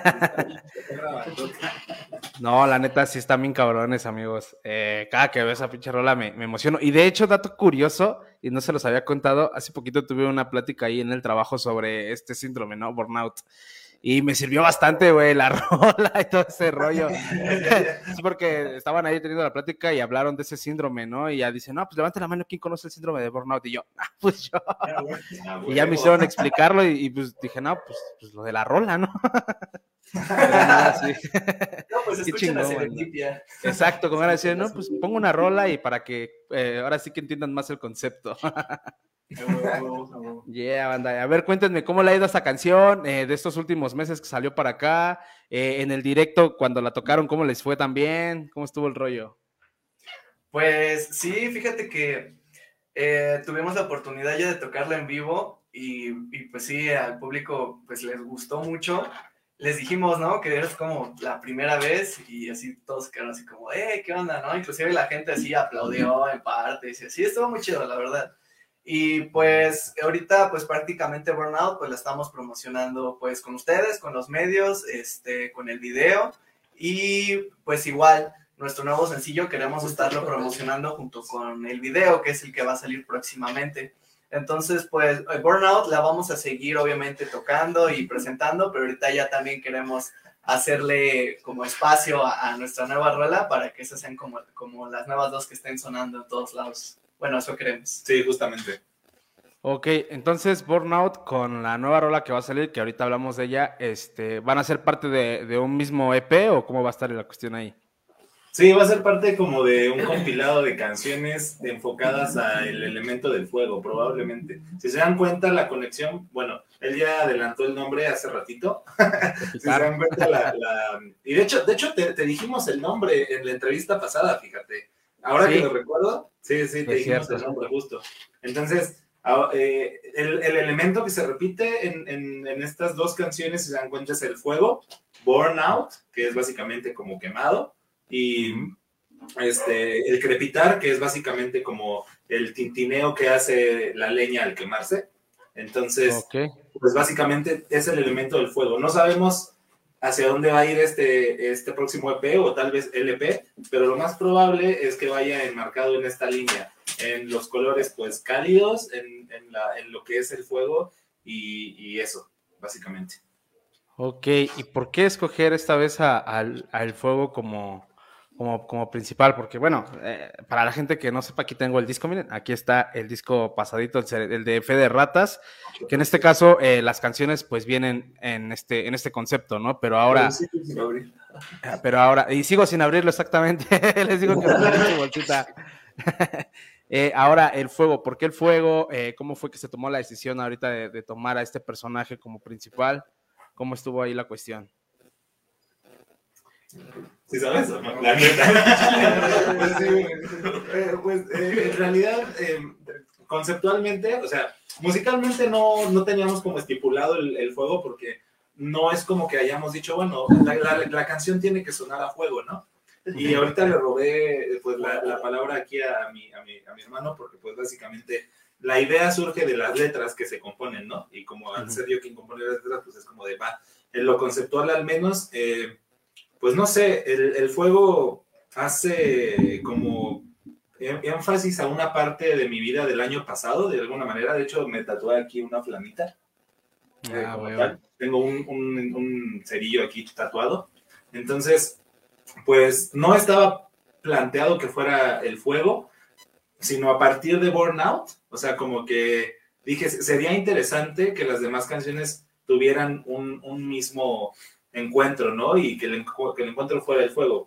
No, la neta sí están bien cabrones, amigos. Cada que veo esa pinche rola me emociono. Y de hecho, dato curioso, y no se los había contado, hace poquito tuve una plática ahí en el trabajo sobre este síndrome, ¿no? Burnout. Y me sirvió bastante, güey, la rola y todo ese rollo. Es porque estaban ahí teniendo la plática y hablaron de ese síndrome, ¿no? Y ya dicen, no, pues levante la mano, ¿quién conoce el síndrome de burnout? Y yo, pues yo. Y ya me hicieron explicarlo y pues dije, no, pues lo de la rola, ¿no? Nada, sí. No, pues Qué escuchen a chingón, Serendipia. Exacto, como ahora decir, no, pues pongo una rola y para que ahora sí que entiendan más el concepto. Yeah, banda. A ver, cuéntenme cómo le ha ido esta canción de estos últimos meses que salió para acá, en el directo cuando la tocaron, ¿cómo les fue también? ¿Cómo estuvo el rollo? Pues sí, fíjate que tuvimos la oportunidad ya de tocarla en vivo y pues sí, al público pues les gustó mucho. Les dijimos, ¿no? Que es como la primera vez y así todos quedaron así como, ¿qué onda, no? Inclusive la gente así aplaudió en parte y sí, estuvo muy chido, la verdad. Y pues ahorita pues prácticamente Burnout pues la estamos promocionando pues con ustedes, con los medios, con el video y pues igual nuestro nuevo sencillo queremos estarlo promocionando junto con el video que es el que va a salir próximamente. Entonces pues Burnout la vamos a seguir obviamente tocando y presentando, pero ahorita ya también queremos hacerle como espacio a nuestra nueva rola para que esas sean como las nuevas dos que estén sonando en todos lados. Bueno, eso queremos. Sí, justamente. Ok, entonces Burnout con la nueva rola que va a salir, que ahorita hablamos de ella, ¿van a ser parte de un mismo EP o cómo va a estar la cuestión ahí? Sí, va a ser parte como de un compilado de canciones enfocadas al elemento del fuego, probablemente. Si se dan cuenta, la conexión, bueno, él ya adelantó el nombre hace ratito. Si se dan cuenta, y de hecho te dijimos el nombre en la entrevista pasada, fíjate. Ahora sí, que lo recuerdo, sí, te dijimos el nombre justo. Entonces, el elemento que se repite en estas dos canciones, si se dan cuenta, es el fuego, Burnout, que es básicamente como quemado, y el crepitar, que es básicamente como el tintineo que hace la leña al quemarse. Entonces, pues básicamente es el elemento del fuego. No sabemos hacia dónde va a ir este próximo EP o tal vez LP, pero lo más probable es que vaya enmarcado en esta línea, en los colores pues cálidos, en lo que es el fuego y eso, básicamente. Ok, ¿y por qué escoger esta vez al fuego como principal? Porque bueno, para la gente que no sepa, aquí tengo el disco, miren, aquí está el disco pasadito, el de Fe de Ratas, que en este caso las canciones pues vienen en este concepto, ¿no? Pero ahora, y sigo sin abrirlo exactamente, les digo que me su bolsita. Ahora el fuego, ¿por qué el fuego? ¿Cómo fue que se tomó la decisión ahorita de tomar a este personaje como principal? ¿Cómo estuvo ahí la cuestión? ¿Sí sabes? La neta. Pues en realidad, conceptualmente, o sea, musicalmente no teníamos como estipulado el fuego porque no es como que hayamos dicho, bueno, la canción tiene que sonar a fuego, ¿no? Y ahorita le robé pues la palabra aquí a mi hermano porque pues básicamente la idea surge de las letras que se componen, ¿no? Y como al ser yo quien compone las letras, pues es como de, en lo conceptual al menos, pues no sé, el fuego hace como énfasis a una parte de mi vida del año pasado, de alguna manera. De hecho, me tatué aquí una flamita. Tengo un cerillo aquí tatuado. Entonces, pues no estaba planteado que fuera el fuego, sino a partir de Burnout. O sea, como que dije, sería interesante que las demás canciones tuvieran un mismo encuentro, ¿no? Y que el encuentro fuera el fuego.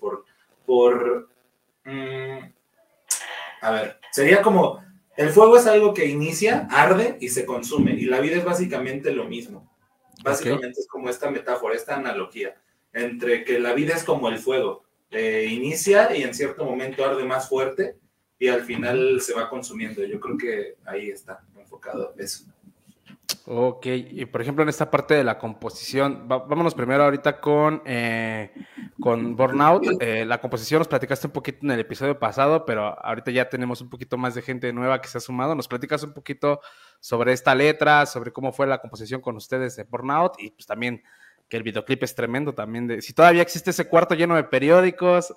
A ver, sería como, el fuego es algo que inicia, arde y se consume. Y la vida es básicamente lo mismo. Básicamente es como esta metáfora, esta analogía, entre que la vida es como el fuego. Inicia y en cierto momento arde más fuerte y al final se va consumiendo. Yo creo que ahí está enfocado eso. Ok, y por ejemplo en esta parte de la composición, vámonos primero ahorita con Burnout. La composición nos platicaste un poquito en el episodio pasado, pero ahorita ya tenemos un poquito más de gente nueva que se ha sumado. ¿Nos platicas un poquito sobre esta letra, sobre cómo fue la composición con ustedes de Burnout? Y pues también que el videoclip es tremendo también, si todavía existe ese cuarto lleno de periódicos.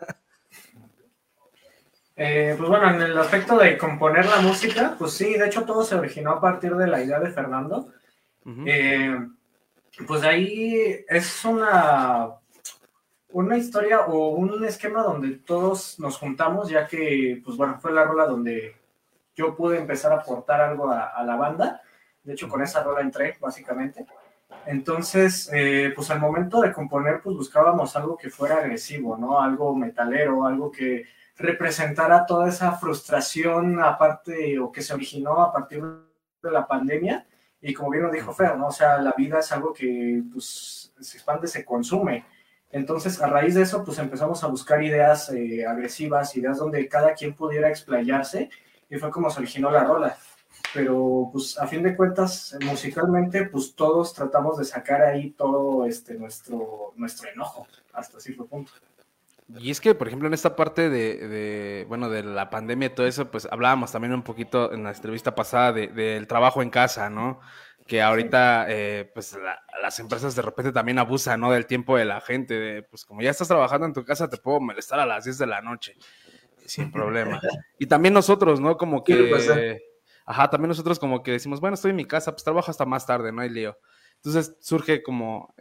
Pues bueno, en el aspecto de componer la música, pues sí, de hecho todo se originó a partir de la idea de Fernando. Uh-huh. Pues ahí es una historia o un esquema donde todos nos juntamos, ya que, pues bueno, fue la rola donde yo pude empezar a aportar algo a la banda. De hecho, con esa rola entré, básicamente. Entonces, pues al momento de componer, pues buscábamos algo que fuera agresivo, ¿no? Algo metalero, algo que representara toda esa frustración aparte o que se originó a partir de la pandemia. Y como bien lo dijo Fer, ¿no? O sea, la vida es algo que pues se expande, se consume. Entonces, a raíz de eso, pues empezamos a buscar ideas agresivas, ideas donde cada quien pudiera explayarse, y fue como se originó la rola. Pero, pues, a fin de cuentas, musicalmente, pues todos tratamos de sacar ahí todo nuestro enojo, hasta cierto punto. Y es que, por ejemplo, en esta parte de la pandemia y todo eso, pues hablábamos también un poquito en la entrevista pasada del trabajo en casa, ¿no? Que ahorita, pues las empresas de repente también abusan, ¿no? Del tiempo de la gente, pues como ya estás trabajando en tu casa, te puedo molestar a las 10 de la noche, sin problema. Y también nosotros, ¿no? Como que... también nosotros como que decimos, bueno, estoy en mi casa, pues trabajo hasta más tarde, no hay lío. Entonces surge como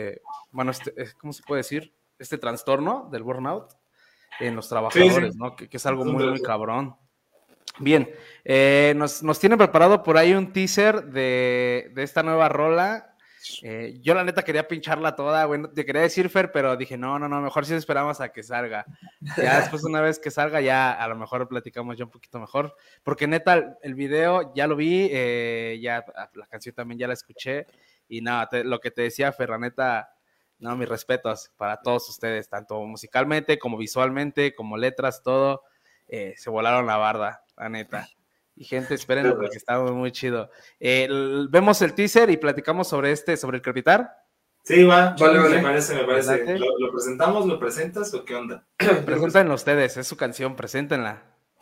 ¿cómo se puede decir? Este trastorno del burnout en los trabajadores, sí. ¿No? Que es algo muy, muy cabrón. Bien, nos tienen preparado por ahí un teaser de esta nueva rola. Yo la neta quería pincharla toda, güey, te quería decir, Fer, pero dije, no, mejor sí esperamos a que salga. Ya después, una vez que salga, ya a lo mejor platicamos ya un poquito mejor, porque neta, el video ya lo vi, ya la canción también ya la escuché, y nada, lo que te decía, Fer, la neta, no, mis respetos para todos ustedes, tanto musicalmente, como visualmente, como letras, todo, se volaron la barda, la neta. Y gente, espérenlo porque está muy chido. Vemos el teaser y platicamos sobre el crepitar. Sí, vale. Me parece. ¿Lo presentamos, lo presentas o qué onda? Preséntenlo ustedes, es su canción, preséntenla.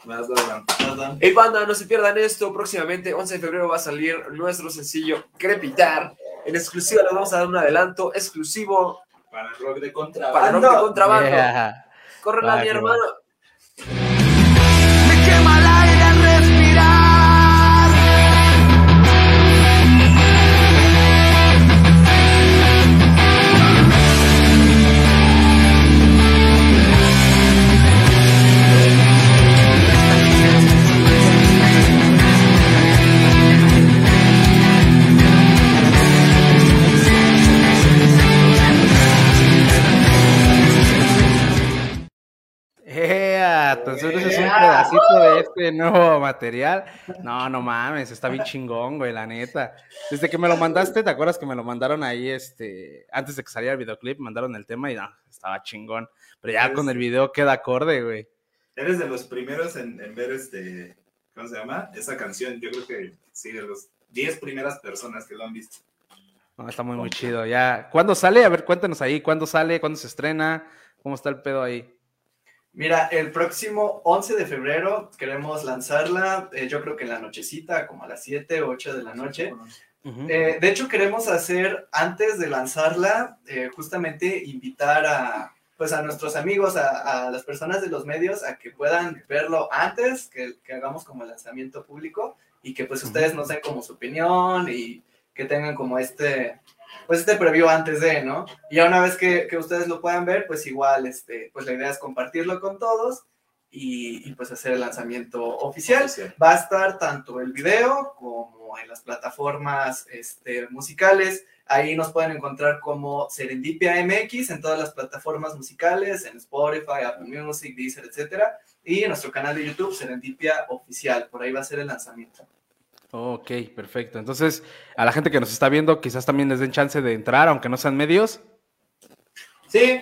Hey banda, no se pierdan esto, próximamente 11 de febrero va a salir nuestro sencillo Crepitar. En exclusiva les vamos a dar un adelanto exclusivo para el rock de contrabando. Yeah. Córrela, mi hermano. Me quema el aire al respirar. Entonces ese es un pedacito de este nuevo material. No mames, está bien chingón, güey, la neta. Desde que me lo mandaste, ¿te acuerdas que me lo mandaron ahí, antes de que saliera el videoclip, mandaron el tema y no, estaba chingón. Pero ya con el video queda acorde, güey. Eres de los primeros en ver ¿cómo se llama? Esa canción, yo creo que sí, de los 10 primeras personas que lo han visto. No, está muy chido. Ya, ¿cuándo sale? A ver, cuéntanos ahí, ¿cuándo sale? ¿Cuándo se estrena? ¿Cómo está el pedo ahí? Mira, el próximo 11 de febrero queremos lanzarla, yo creo que en la nochecita, como a las 7 o 8 de la noche. Uh-huh. De hecho, queremos hacer, antes de lanzarla, justamente invitar a nuestros amigos, a las personas de los medios, a que puedan verlo antes, que hagamos como el lanzamiento público, y que pues ustedes nos den como su opinión, y que tengan como este preview antes de, ¿no? Y ya una vez que ustedes lo puedan ver, pues igual, pues la idea es compartirlo con todos y pues hacer el lanzamiento oficial. Va a estar tanto el video como en las plataformas musicales. Ahí nos pueden encontrar como Serendipia MX en todas las plataformas musicales, en Spotify, Apple Music, Deezer, etcétera. Y en nuestro canal de YouTube, Serendipia Oficial. Por ahí va a ser el lanzamiento. Ok, perfecto. Entonces, a la gente que nos está viendo, quizás también les den chance de entrar, aunque no sean medios. Sí.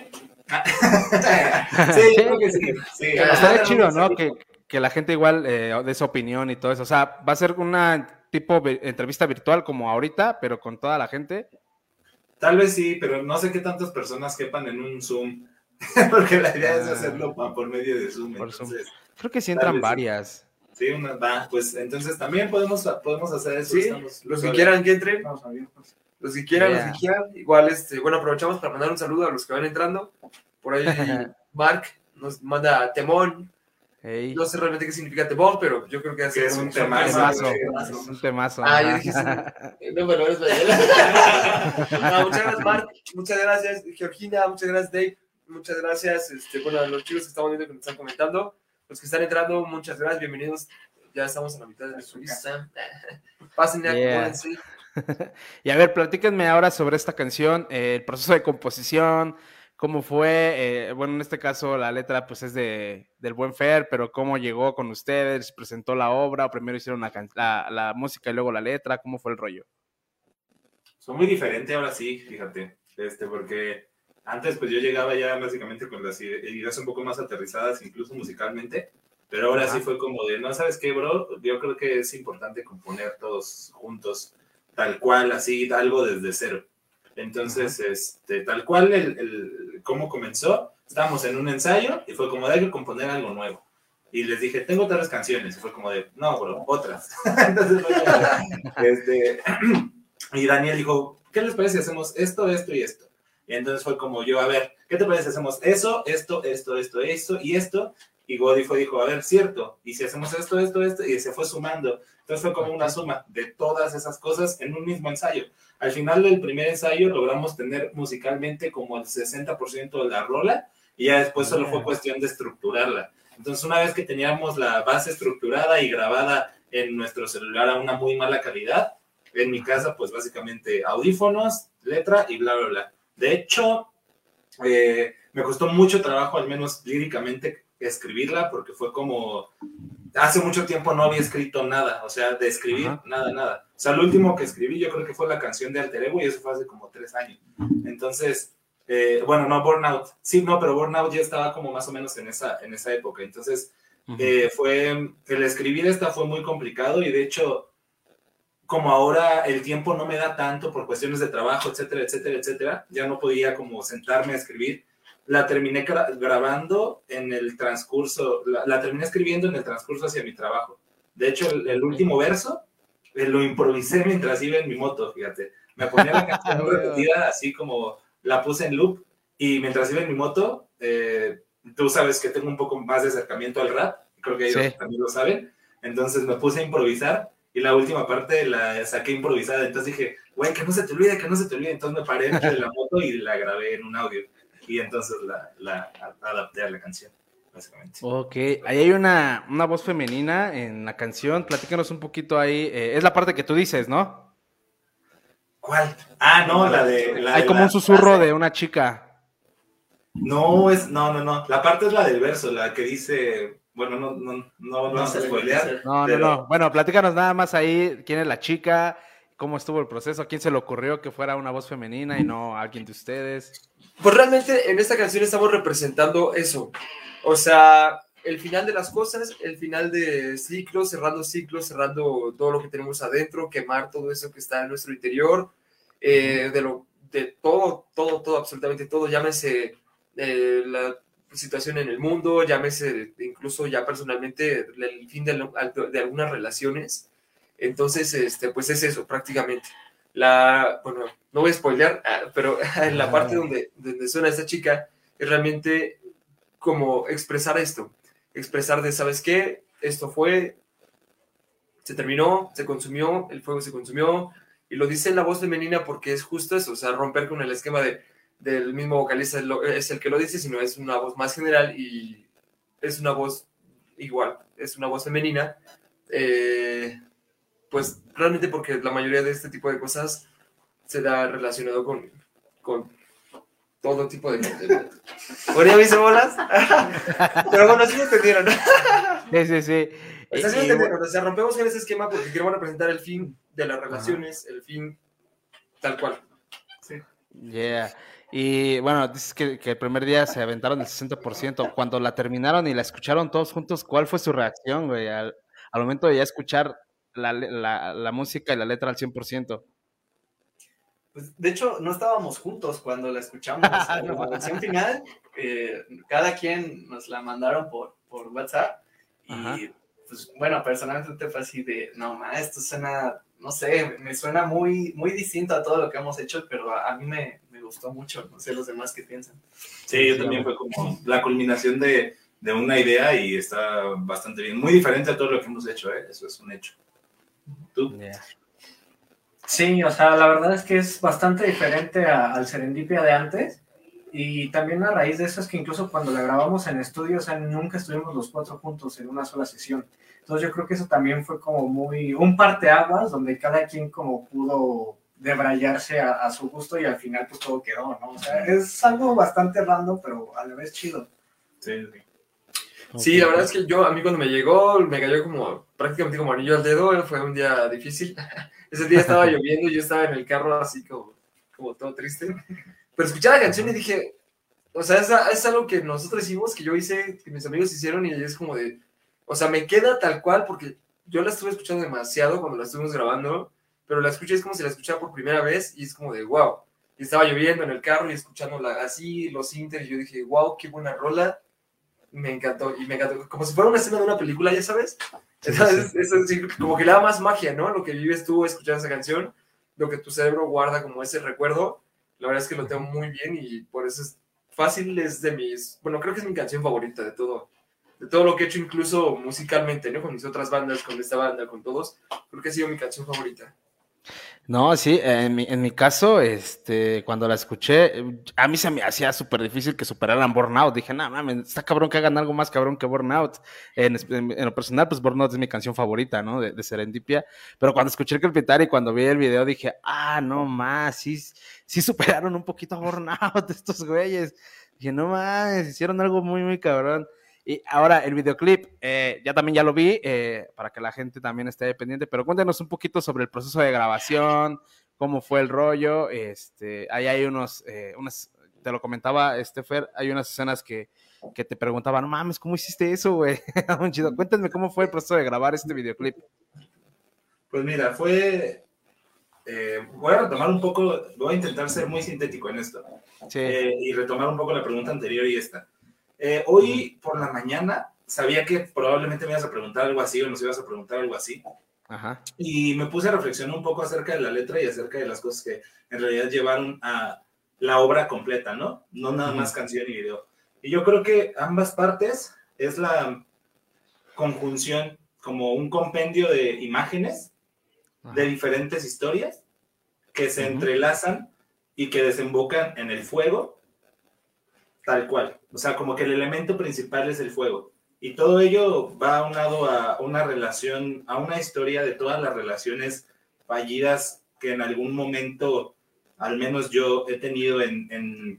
Sí, creo que sí. Estaría chido, ¿no? Que la gente igual dé su opinión y todo eso. O sea, va a ser una tipo entrevista virtual como ahorita, pero con toda la gente. Tal vez sí, pero no sé qué tantas personas quepan en un Zoom, porque la idea es hacerlo por medio de Zoom. Por Zoom. Entonces, Creo que sí entran varias. Sí, pues entonces también podemos hacer eso. Sí, los que quieran que entren. Vamos a ver, pues. Los que quieran, los que quieran. Igual, bueno, aprovechamos para mandar un saludo a los que van entrando. Por ahí, Mark nos manda temón. Hey. No sé realmente qué significa temón, pero yo creo que es un Temazo. Es un temazo. Ah, yo dije, no me lo eres No, muchas gracias, Mark. Muchas gracias, Georgina. Muchas gracias, Dave. Muchas gracias, bueno, a los chicos que estamos viendo que nos están comentando. Los que están entrando, muchas gracias, bienvenidos. Ya estamos a la mitad de nuestra lista. Pasen ya, acomódense. Y a ver, platíquenme ahora sobre esta canción, el proceso de composición, cómo fue, bueno, en este caso la letra pues es del buen Fer, pero cómo llegó con ustedes, les presentó la obra, o primero hicieron la música y luego la letra, ¿cómo fue el rollo? Son muy diferentes ahora sí, fíjate, porque antes pues yo llegaba ya básicamente con las ideas un poco más aterrizadas, incluso musicalmente, pero ahora sí fue como de, no, ¿sabes qué, bro? Yo creo que es importante componer todos juntos, tal cual, así, algo desde cero. Entonces, tal cual, cómo comenzó, estábamos en un ensayo y fue como de, hay que componer algo nuevo. Y les dije, tengo 3 canciones. Y fue como de, no, bro, otras. Entonces, y Daniel dijo, ¿qué les parece si hacemos esto, esto y esto? Y entonces fue como yo, a ver, ¿qué te parece si hacemos eso, esto y esto? Y Godi dijo, a ver, cierto, y si hacemos esto, y se fue sumando. Entonces fue como una suma de todas esas cosas en un mismo ensayo. Al final del primer ensayo logramos tener musicalmente como el 60% de la rola, y ya después solo fue cuestión de estructurarla. Entonces una vez que teníamos la base estructurada y grabada en nuestro celular a una muy mala calidad, en mi casa pues básicamente audífonos, letra y bla, bla, bla. De hecho, me costó mucho trabajo, al menos líricamente, escribirla, porque fue como, hace mucho tiempo no había escrito nada, o sea, de escribir, nada. O sea, lo último que escribí yo creo que fue la canción de Alter Ego, y eso fue hace como 3 años. Entonces, bueno, no, Burnout, sí, no, pero Burnout ya estaba como más o menos en esa época. Entonces, el escribir esta fue muy complicado, y de hecho, como ahora el tiempo no me da tanto por cuestiones de trabajo, etcétera, ya no podía como sentarme a escribir. La terminé grabando en el transcurso, la terminé escribiendo en el transcurso hacia mi trabajo. De hecho, el último verso lo improvisé mientras iba en mi moto, fíjate. Me ponía la canción repetida, así como la puse en loop, y mientras iba en mi moto, tú sabes que tengo un poco más de acercamiento al rap, creo que ellos también lo saben, entonces me puse a improvisar, y la última parte la saqué improvisada. Entonces dije, güey, que no se te olvide. Entonces me paré de la moto y la grabé en un audio. Y entonces la adapté a la canción, básicamente. Ok, ahí hay una voz femenina en la canción. Platícanos un poquito ahí. Es la parte que tú dices, ¿no? ¿Cuál? Ah, no, hay como un susurro de una chica. No. La parte es la del verso, la que dice... Bueno, no vamos a spoilear. No. Bueno, platícanos nada más ahí, quién es la chica, cómo estuvo el proceso, a quién se le ocurrió que fuera una voz femenina y no a alguien de ustedes. Pues realmente en esta canción estamos representando eso. O sea, el final de las cosas, el final de ciclos, cerrando todo lo que tenemos adentro, quemar todo eso que está en nuestro interior, de todo, absolutamente todo, llámese la situación en el mundo, llámese incluso ya personalmente el fin de algunas relaciones. Entonces, pues es eso prácticamente. Bueno, no voy a spoilear, pero en la parte donde suena esta chica es realmente como expresar esto, expresar de, ¿sabes qué? Esto se terminó, se consumió, el fuego se consumió, y lo dice en la voz femenina porque es justo eso, o sea, romper con el esquema del mismo vocalista es el que lo dice, sino es una voz más general y es una voz igual, es una voz femenina, pues realmente porque la mayoría de este tipo de cosas se da relacionado con todo tipo de gente. Bueno, ya me hice bolas, pero bueno, sí me entendieron. Sí. O sea, sí me entendieron, o sea, rompemos en ese esquema porque queremos representar el fin de las relaciones, el fin tal cual. Sí. Yeah. Y bueno, dices que el primer día se aventaron el 60%. Cuando la terminaron y la escucharon todos juntos, ¿cuál fue su reacción, güey? Al momento de ya escuchar la música y la letra al 100%. Pues, de hecho, no estábamos juntos cuando la escuchamos. La versión final, cada quien nos la mandaron por WhatsApp. Ajá. Y, pues, bueno, personalmente fue así de, no, esto suena, no sé, me suena muy, muy distinto a todo lo que hemos hecho, pero a mí me gustó mucho. No sé los demás qué piensan. Sí, yo también fue como la culminación de una idea y está bastante bien. Muy diferente a todo lo que hemos hecho, ¿eh? Eso es un hecho. ¿Tú? Yeah. Sí, o sea, la verdad es que es bastante diferente al Serendipia de antes. Y también a raíz de eso es que incluso cuando la grabamos en estudio, o sea, nunca estuvimos los 4 juntos en una sola sesión. Entonces yo creo que eso también fue como un parteaguas donde cada quien como pudo debrayarse a su gusto y al final pues todo quedó, ¿no? O sea, es algo bastante random, pero a la vez chido. Sí. Sí, la verdad es que a mí cuando me llegó, me cayó como prácticamente como anillo al dedo, fue un día difícil. Ese día estaba lloviendo y yo estaba en el carro así como todo triste. Pero escuché la canción y dije, o sea, es algo que nosotros hicimos, que yo hice, que mis amigos hicieron y es como de, o sea, me queda tal cual porque yo la estuve escuchando demasiado cuando la estuvimos grabando, pero la escuché es como si la escuchara por primera vez y es como de, wow. Y estaba lloviendo en el carro y escuchándola así, los inter, y yo dije, wow, qué buena rola. Me encantó, como si fuera una escena de una película, ya sabes. Entonces, eso sí, como que le da más magia, ¿no? Lo que vives tú escuchando esa canción, lo que tu cerebro guarda como ese recuerdo, la verdad es que lo tengo muy bien y por eso es fácil, es de mis, bueno, creo que es mi canción favorita de todo lo que he hecho, incluso musicalmente, ¿no? Con mis otras bandas, con esta banda, con todos, creo que ha sido mi canción favorita. No, sí, en mi caso, cuando la escuché, a mí se me hacía súper difícil que superaran Burnout. Dije, no, mames, está cabrón que hagan algo más cabrón que Burnout. En lo personal, pues Burnout es mi canción favorita, ¿no? De Serendipia. Pero cuando escuché el Crepitario y cuando vi el video, dije, no más, sí superaron un poquito a Burnout estos güeyes. Dije, no más, hicieron algo muy, muy cabrón. Y ahora el videoclip, ya lo vi, para que la gente también esté pendiente, pero cuéntanos un poquito sobre el proceso de grabación, cómo fue el rollo. Ahí hay unas, te lo comentaba Fer, hay unas escenas que te preguntaban, no mames, ¿cómo hiciste eso, güey? Un chido. Cuéntenme cómo fue el proceso de grabar este videoclip. Pues mira, voy a retomar un poco, voy a intentar ser muy sintético en esto. Sí. Y retomar un poco la pregunta anterior y esta. Hoy por la mañana sabía que probablemente me ibas a preguntar algo así o nos ibas a preguntar algo así. Ajá. Y me puse a reflexionar un poco acerca de la letra y acerca de las cosas que en realidad llevaron a la obra completa, ¿no? No nada más canción y video. Y yo creo que ambas partes es la conjunción, como un compendio de imágenes de diferentes historias que se entrelazan y que desembocan en el fuego, tal cual. O sea, como que el elemento principal es el fuego. Y todo ello va aunado a una relación, a una historia de todas las relaciones fallidas que en algún momento, al menos yo he tenido en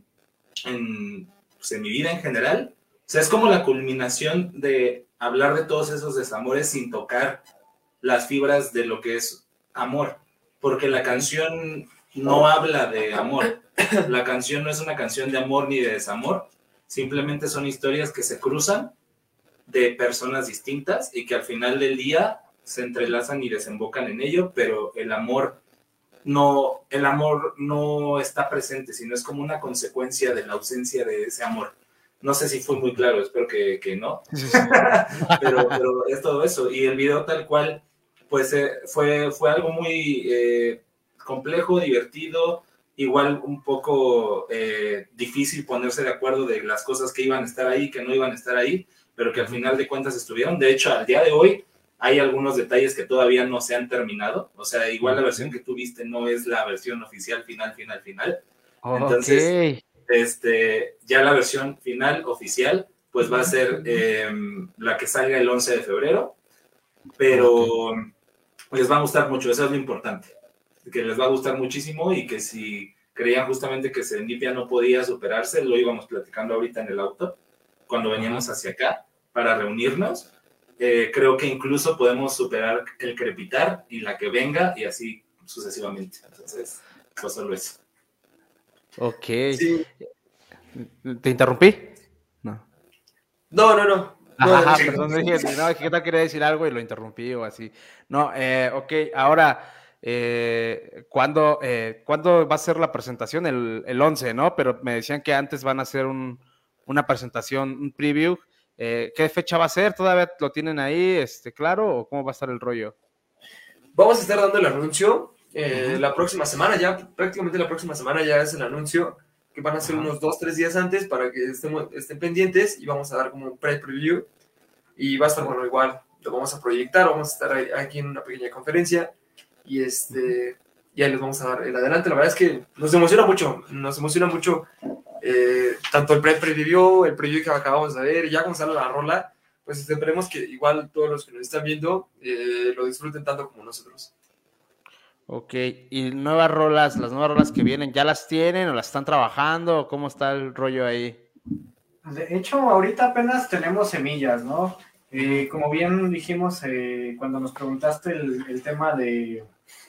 mi vida en general. O sea, es como la culminación de hablar de todos esos desamores sin tocar las fibras de lo que es amor. Porque la canción no habla de amor. La canción no es una canción de amor ni de desamor, simplemente son historias que se cruzan de personas distintas y que al final del día se entrelazan y desembocan en ello, pero el amor no está presente, sino es como una consecuencia de la ausencia de ese amor. No sé si fue muy claro, espero que no, pero es todo eso. Y el video tal cual, pues fue algo muy complejo, divertido, igual un poco difícil ponerse de acuerdo de las cosas que iban a estar ahí, que no iban a estar ahí, pero que al final de cuentas estuvieron. De hecho, al día de hoy hay algunos detalles que todavía no se han terminado. O sea, igual la versión que tú viste no es la versión oficial final. Entonces, ya la versión final oficial, pues va a ser la que salga el 11 de febrero, pero les va a gustar mucho, eso es lo importante. Que les va a gustar muchísimo y que si creían justamente que Serendipia no podía superarse, lo íbamos platicando ahorita en el auto, cuando veníamos hacia acá para reunirnos, creo que incluso podemos superar el Crepitar y la que venga y así sucesivamente. Entonces, pues solo eso. Ok. Sí. ¿Te interrumpí? No. No. Ajá, perdón, dije, no, es que no quería decir algo y lo interrumpí o así. No, ok, ahora, ¿cuándo va a ser la presentación? El 11, ¿no? Pero me decían que antes van a hacer una presentación, un preview. ¿Qué fecha va a ser? ¿Todavía lo tienen ahí, claro? ¿O cómo va a estar el rollo? Vamos a estar dando el anuncio la próxima semana, ya prácticamente la próxima semana ya es el anuncio, que van a ser unos 2-3 días antes para que estén pendientes, y vamos a dar como un pre-preview, y va a estar bueno igual, lo vamos a proyectar, vamos a estar aquí en una pequeña conferencia, y ahí les vamos a dar el adelante. La verdad es que nos emociona mucho tanto el preview, el preview que acabamos de ver, y ya cuando sale la rola, pues esperemos que igual todos los que nos están viendo lo disfruten tanto como nosotros. Ok, ¿y las nuevas rolas que vienen, ya las tienen o las están trabajando? ¿O cómo está el rollo ahí? De hecho, ahorita apenas tenemos semillas, ¿no? Como bien dijimos cuando nos preguntaste el tema de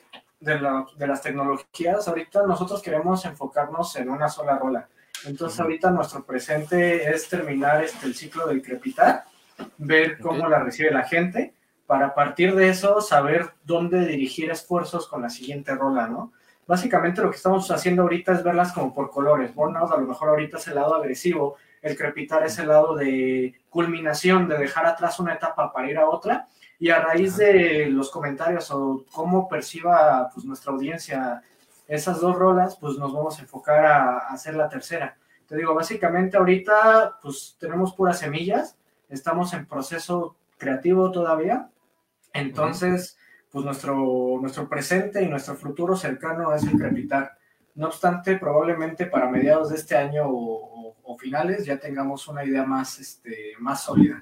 las tecnologías, ahorita nosotros queremos enfocarnos en una sola rola. Entonces ahorita nuestro presente es terminar el ciclo del crepitar, ver cómo la recibe la gente, para partir de eso saber dónde dirigir esfuerzos con la siguiente rola, ¿no? Básicamente lo que estamos haciendo ahorita es verlas como por colores. Burnout a lo mejor ahorita es el lado agresivo, el crepitar es el lado de culminación, de dejar atrás una etapa para ir a otra, y a raíz de los comentarios o cómo perciba pues, nuestra audiencia esas dos rolas, pues nos vamos a enfocar a hacer la tercera. Te digo, básicamente ahorita pues tenemos puras semillas, estamos en proceso creativo todavía, entonces pues nuestro presente y nuestro futuro cercano es el crepitar. No obstante, probablemente para mediados de este año o finales ya tengamos una idea más sólida.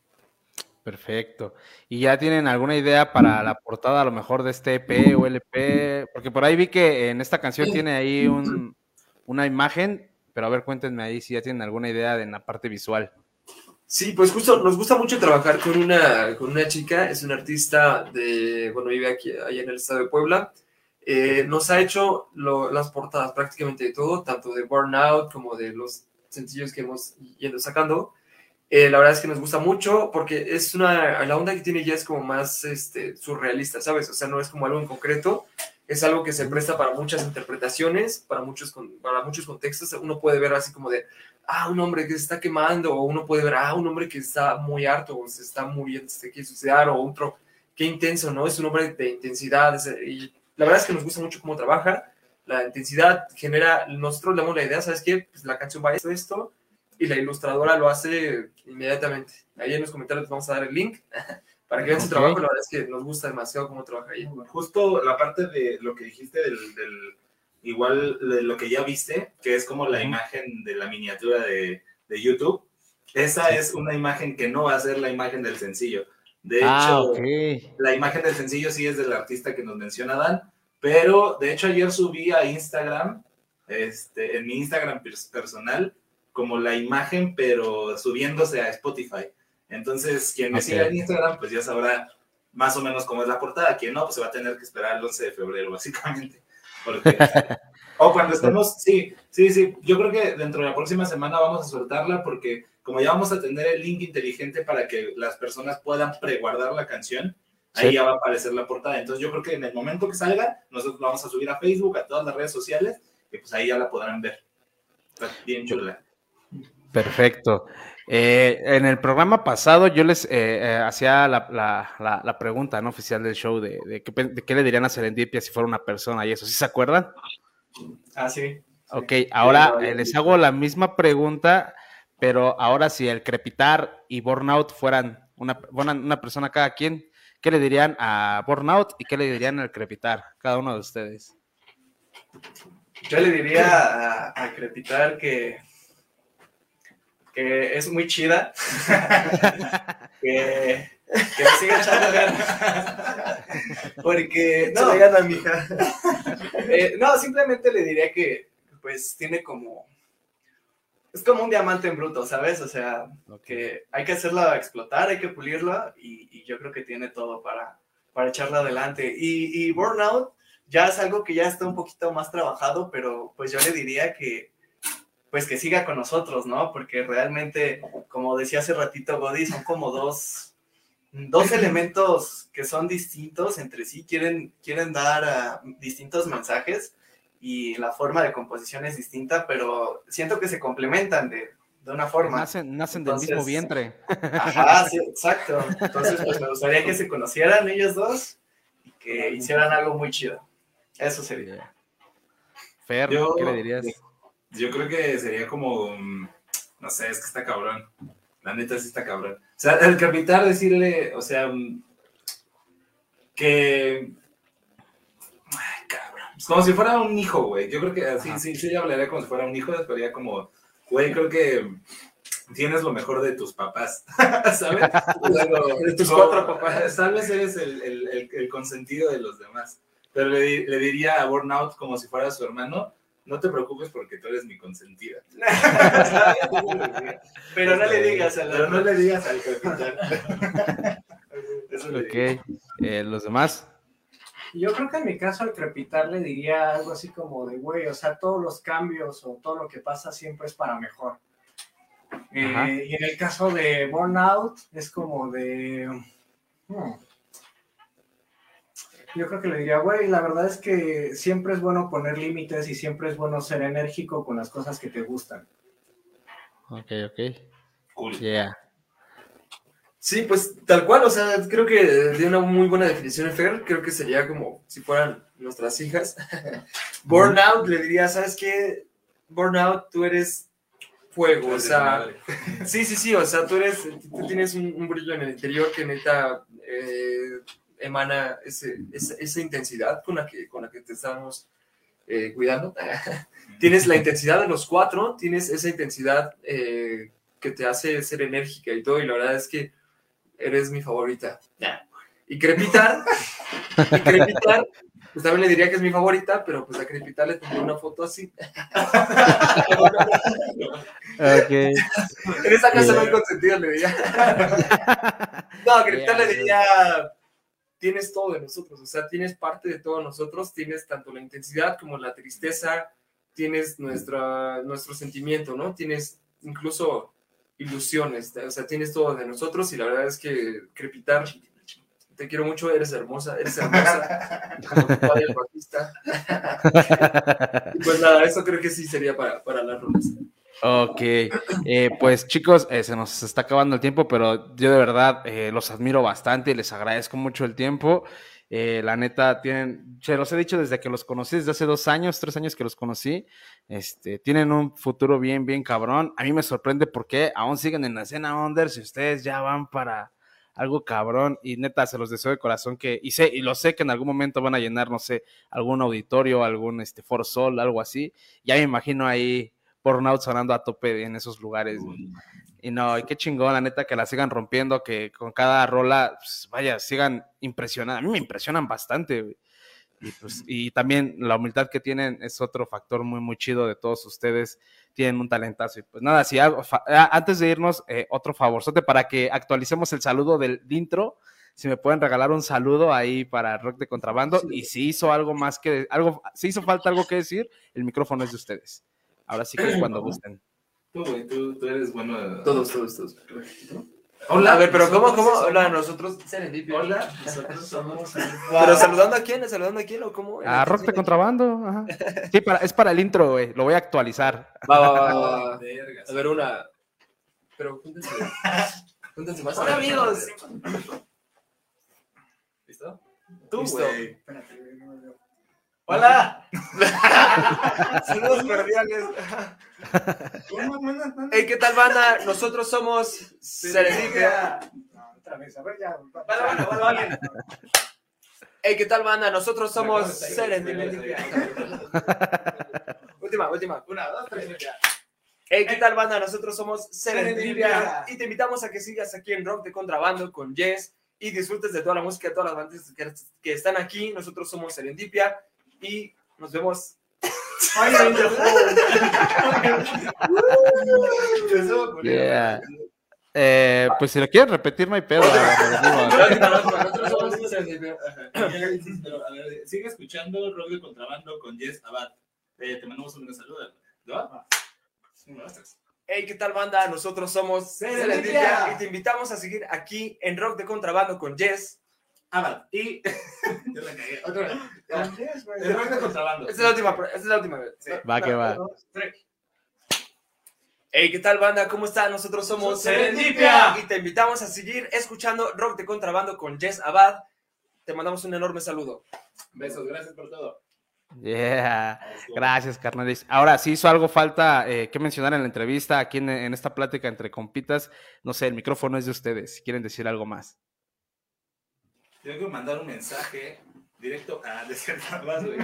Perfecto. ¿Y ya tienen alguna idea para la portada a lo mejor de este EP o LP? Porque por ahí vi que en esta canción tiene ahí una imagen, pero a ver, cuéntenme ahí si ya tienen alguna idea de la parte visual. Sí, pues justo nos gusta mucho trabajar con una chica, es una artista vive aquí allá en el estado de Puebla. Nos ha hecho las portadas prácticamente de todo, tanto de Burnout como de los sencillos que hemos ido sacando. La verdad es que nos gusta mucho porque la onda que tiene ya es como más surrealista, ¿sabes? O sea, no es como algo en concreto, es algo que se presta para muchas interpretaciones, para muchos contextos. Uno puede ver así como de, un hombre que se está quemando, o uno puede ver, un hombre que está muy harto, o se está muriendo, se quiere suicidar, o otro, qué intenso, ¿no? Es un hombre de intensidad, y la verdad es que nos gusta mucho cómo trabaja, la intensidad genera, nosotros le damos la idea, ¿sabes qué? Pues la canción va a esto, y la ilustradora lo hace inmediatamente. Ahí en los comentarios les vamos a dar el link para que vean su trabajo. La verdad es que nos gusta demasiado cómo trabaja ella. Justo la parte de lo que dijiste igual de lo que ya viste, que es como la imagen de la miniatura de YouTube, esa es una imagen que no va a ser la imagen del sencillo. De hecho, la imagen del sencillo sí es del artista que nos menciona Dan, pero de hecho ayer subí a Instagram, en mi Instagram personal, como la imagen, pero subiéndose a Spotify. Entonces, quien me siga en Instagram, pues ya sabrá más o menos cómo es la portada. Quien no, pues se va a tener que esperar el 11 de febrero, básicamente. Porque, o cuando estemos, sí. Yo creo que dentro de la próxima semana vamos a soltarla, porque como ya vamos a tener el link inteligente para que las personas puedan preguardar la canción, ahí ya va a aparecer la portada. Entonces, yo creo que en el momento que salga, nosotros la vamos a subir a Facebook, a todas las redes sociales, y pues ahí ya la podrán ver. Está bien chula. Perfecto. En el programa pasado yo les hacía la pregunta no oficial del show de qué le dirían a Serendipia si fuera una persona y eso. ¿Sí se acuerdan? Sí. Ok, ahora les hago la misma pregunta, pero ahora si el Crepitar y Burnout fueran una persona cada quien, ¿qué le dirían a Burnout y qué le dirían al Crepitar? Cada uno de ustedes. Yo le diría a Crepitar que es muy chida, que me siga echando ganas, porque no, se gana, mija. No, simplemente le diría que pues tiene es como un diamante en bruto, ¿sabes? O sea, que hay que hacerla explotar, hay que pulirla, y yo creo que tiene todo para echarla adelante. Y Burnout ya es algo que ya está un poquito más trabajado, pero pues yo le diría que pues que siga con nosotros, ¿no? Porque realmente, como decía hace ratito Godi, son como dos elementos que son distintos entre sí, quieren dar distintos mensajes y la forma de composición es distinta, pero siento que se complementan de una forma. Nacen Entonces, del mismo vientre. Ajá, sí, exacto. Entonces, pues me gustaría que se conocieran ellos dos y que hicieran algo muy chido. Eso sería. Fer, ¿qué le dirías? Yo creo que sería como, no sé, es que está cabrón. La neta sí está cabrón. O sea, el Capitán decirle, o sea, que... Ay, cabrón. Es como si fuera un hijo, güey. Yo creo que así, sí, yo hablaría como si fuera un hijo, después como, güey, creo que tienes lo mejor de tus papás, ¿sabes? De tus 4 papás. Tal vez eres el consentido de los demás. Pero le diría a Burnout como si fuera su hermano, no te preocupes porque tú eres mi consentida. Pero no le digas al Capitán. Ok, ¿los demás? Yo creo que en mi caso al Crepitar le diría algo así como de, güey, o sea, todos los cambios o todo lo que pasa siempre es para mejor. Y en el caso de Burnout es como de... Yo creo que le diría, güey, la verdad es que siempre es bueno poner límites y siempre es bueno ser enérgico con las cosas que te gustan. Ok. Cool. Yeah. Sí, pues tal cual, o sea, creo que de una muy buena definición, Fer, creo que sería como si fueran nuestras hijas. Burnout, le diría, ¿sabes qué? Burnout, tú eres fuego, o sea, sí, o sea, tú tienes un brillo en el interior que neta emana esa intensidad con la que te estamos cuidando. Tienes la intensidad de los 4, tienes esa intensidad que te hace ser enérgica y todo, y la verdad es que eres mi favorita. Y Crepitar, pues también le diría que es mi favorita, pero pues a Crepitar le tomé una foto así. Ok. En esa casa no hay consentido, le diría. No, a Crepitar le diría, tienes todo de nosotros, o sea, tienes parte de todos nosotros, tienes tanto la intensidad como la tristeza, tienes nuestro sentimiento, ¿no? Tienes incluso ilusiones, o sea, tienes todo de nosotros, y la verdad es que Crepitar, te quiero mucho, eres hermosa, como tu padre el bajista. Y pues nada, eso creo que sí sería para las rolas. Ok, pues chicos, se nos está acabando el tiempo, pero yo de verdad los admiro bastante y les agradezco mucho el tiempo. La neta, se los he dicho desde que los conocí, desde hace 2 años, 3 años que los conocí, tienen un futuro bien, bien cabrón. A mí me sorprende porque aún siguen en la escena under, si ustedes ya van para algo cabrón, y neta, se los deseo de corazón y lo sé que en algún momento van a llenar, no sé, algún auditorio, algún Foro Sol, algo así. Ya me imagino ahí Burnout sonando a tope en esos lugares. Y no, y qué chingón, la neta, que la sigan rompiendo, que con cada rola, pues, vaya, sigan impresionando. A mí me impresionan bastante, güey. Y también la humildad que tienen es otro factor muy, muy chido de todos ustedes. Tienen un talentazo. Y pues nada, si antes de irnos, otro favorzote para que actualicemos el saludo del intro. Si me pueden regalar un saludo ahí para Rock de Contrabando. Sí. Y si hizo si hizo falta algo que decir, el micrófono es de ustedes. Ahora sí que es cuando gusten. Tú, güey, tú eres bueno. Todos. Hola. A ver, pero ¿cómo? Hola, nosotros. Hola, nosotros somos. ¿Pero saludando a quién? ¿Saludando a quién o cómo? A Rock de Contrabando. Ajá. Sí, es para el intro, güey. Lo voy a actualizar. Va. A ver, una. Pero júntense más. Hola, amigos. ¿Listo? Tú, güey. Hola. Saludos cordiales. Hey, ¿qué tal, banda? Nosotros somos Serendipia. Otra vez, a ver, ya. Vale. Hey, ¿qué tal, banda? Nosotros somos Serendipia. Última. 1, 2, 3, ya. Hey, ¿qué tal, banda? Nosotros somos Serendipia. Y te invitamos a que sigas aquí en Rock de Contrabando con Jess y disfrutes de toda la música de todas las bandas que están aquí. Nosotros somos Serendipia y nos vemos. Yeah. Pues si lo quieren repetir, no hay pedo. Nosotros somos Serendipia. Sigue escuchando Rock de Contrabando con Jess Abad. Te mandamos un saludo, ¿no? Hey, ¿qué tal, banda? Nosotros somos Serendipia y te invitamos a seguir aquí en Rock de Contrabando con Jess. Y yo la cagué. Otra vez. El rock de contrabando. Esta es la última vez. Sí. Va que va. 2, 3. Hey, ¿qué tal, banda? ¿Cómo están? Nosotros somos Serendipia y te invitamos a seguir escuchando Rock de Contrabando con Jess Abad. Te mandamos un enorme saludo. Besos, gracias por todo. Yeah, gracias, carnales. Ahora, sí hizo algo falta que mencionar en la entrevista, aquí en esta plática entre compitas. No sé, el micrófono es de ustedes, si quieren decir algo más. Tengo que mandar un mensaje directo a Descartabas, güey.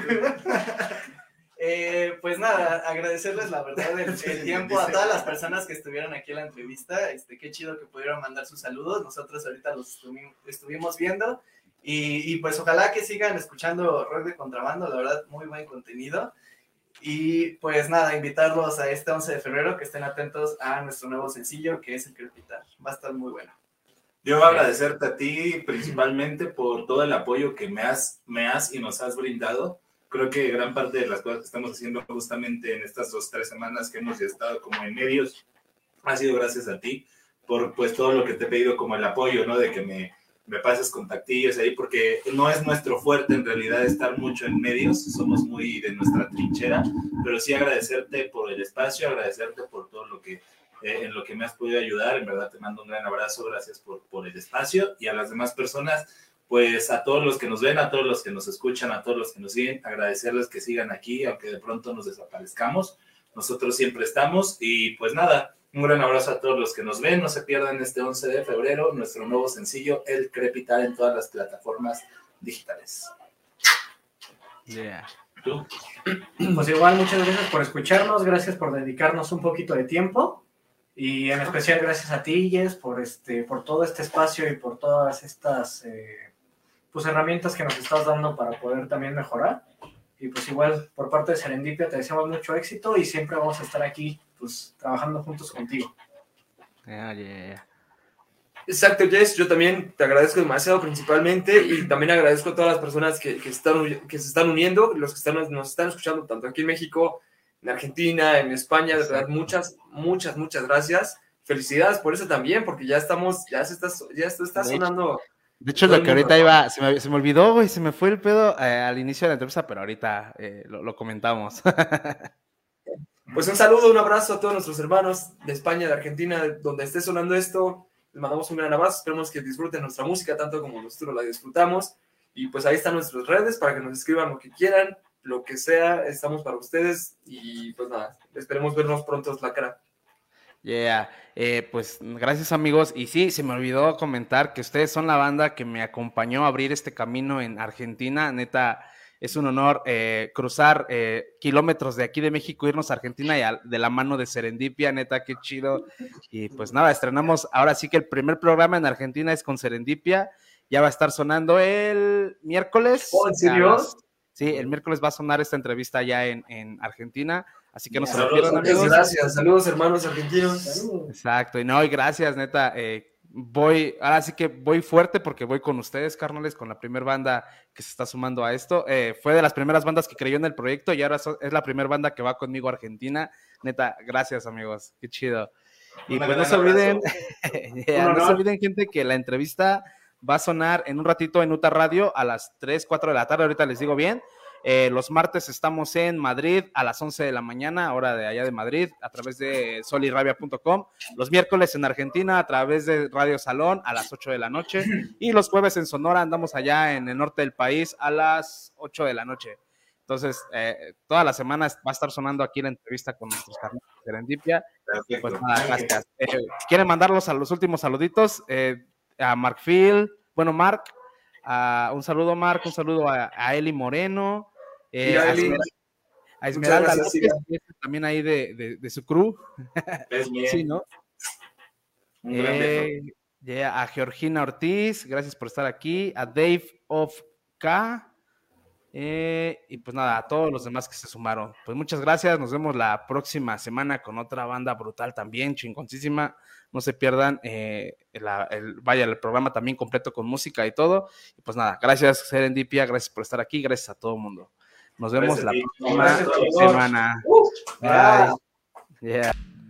Pues nada, agradecerles la verdad el tiempo a todas las personas que estuvieron aquí en la entrevista. Qué chido que pudieron mandar sus saludos. Nosotros ahorita los estuvimos viendo. Y pues ojalá que sigan escuchando Rock de Contrabando, la verdad, muy buen contenido. Y pues nada, invitarlos a este 11 de febrero, que estén atentos a nuestro nuevo sencillo, que es El Crepitar. Va a estar muy bueno. Yo voy a agradecerte a ti principalmente por todo el apoyo que me has y nos has brindado. Creo que gran parte de las cosas que estamos haciendo justamente en estas 2-3 semanas que hemos estado como en medios ha sido gracias a ti por pues todo lo que te he pedido como el apoyo, ¿no? De que me pases contactillos ahí, porque no es nuestro fuerte en realidad estar mucho en medios, somos muy de nuestra trinchera, pero sí agradecerte por el espacio, agradecerte por todo lo que en lo que me has podido ayudar. En verdad te mando un gran abrazo, gracias por el espacio, y a las demás personas, pues a todos los que nos ven, a todos los que nos escuchan, a todos los que nos siguen, agradecerles que sigan aquí, aunque de pronto nos desaparezcamos, nosotros siempre estamos. Y pues nada, un gran abrazo a todos los que nos ven. No se pierdan este 11 de febrero nuestro nuevo sencillo, El Crepitar, en todas las plataformas digitales. Yeah. ¿Tú? Pues igual, muchas gracias por escucharnos, gracias por dedicarnos un poquito de tiempo y en especial gracias a ti, Jess, por todo este espacio y por todas estas pues herramientas que nos estás dando para poder también mejorar. Y pues igual, por parte de Serendipia te deseamos mucho éxito y siempre vamos a estar aquí pues trabajando juntos contigo. Yeah. Exacto, Jess, yo también te agradezco demasiado principalmente, y también agradezco a todas las personas que se están uniendo, los que nos están escuchando tanto aquí en México, en Argentina, en España. De verdad, muchas gracias. Felicidades por eso también, porque ya esto está sonando. De hecho, lo que ahorita iba, se me olvidó, güey, se me fue el pedo al inicio de la entrevista, pero ahorita lo comentamos. Pues un saludo, un abrazo a todos nuestros hermanos de España, de Argentina, donde esté sonando esto. Les mandamos un gran abrazo, esperemos que disfruten nuestra música tanto como nosotros la disfrutamos. Y pues ahí están nuestras redes para que nos escriban lo que quieran, lo que sea, estamos para ustedes. Y pues nada, esperemos vernos pronto la cara. Yeah, pues gracias, amigos. Y sí, se me olvidó comentar que ustedes son la banda que me acompañó a abrir este camino en Argentina. Neta, es un honor cruzar kilómetros de aquí de México, irnos a Argentina y de la mano de Serendipia. Neta, qué chido. Y pues nada, estrenamos, ahora sí que el primer programa en Argentina es con Serendipia. Ya va a estar sonando el miércoles. ¿Oh, en serio? Sí, el miércoles va a sonar esta entrevista ya en Argentina. Así que no se lo Saludos, pierdan, amigos. Gracias, saludos hermanos argentinos. Saludos. Exacto, y no, y gracias, neta. Ahora sí que voy fuerte porque voy con ustedes, carnales, con la primera banda que se está sumando a esto. Fue de las primeras bandas que creyó en el proyecto y ahora es la primera banda que va conmigo a Argentina. Neta, gracias, amigos, qué chido. Y pues no se olviden, no se olviden, gente, que la entrevista va a sonar en un ratito en UTA Radio a las 3, 4 de la tarde, ahorita les digo bien. Los martes estamos en Madrid a las 11 de la mañana, hora de allá de Madrid, a través de solirrabia.com. Los miércoles en Argentina a través de Radio Salón a las 8 de la noche. Y los jueves en Sonora andamos allá en el norte del país a las 8 de la noche. Entonces, toda la semana va a estar sonando aquí la entrevista con nuestros carnales de Serendipia. Perfecto. Pues nada, gracias. Si quieren mandarlos a los últimos saluditos, a Mark Phil, bueno, Mark, un saludo, Mark, un saludo a Eli Moreno. A Esmeralda López, también ahí de su crew. Es bien. Sí, ¿no? Un gran beso. A Georgina Ortiz, gracias por estar aquí. A Dave of K. Y pues nada, a todos los demás que se sumaron. Pues muchas gracias, nos vemos la próxima semana con otra banda brutal también, chingoncísima. No se pierdan el programa también completo con música y todo. Y pues nada, gracias Serendipia, gracias por estar aquí, gracias a todo el mundo. Nos vemos la próxima semana. Bye. Yeah.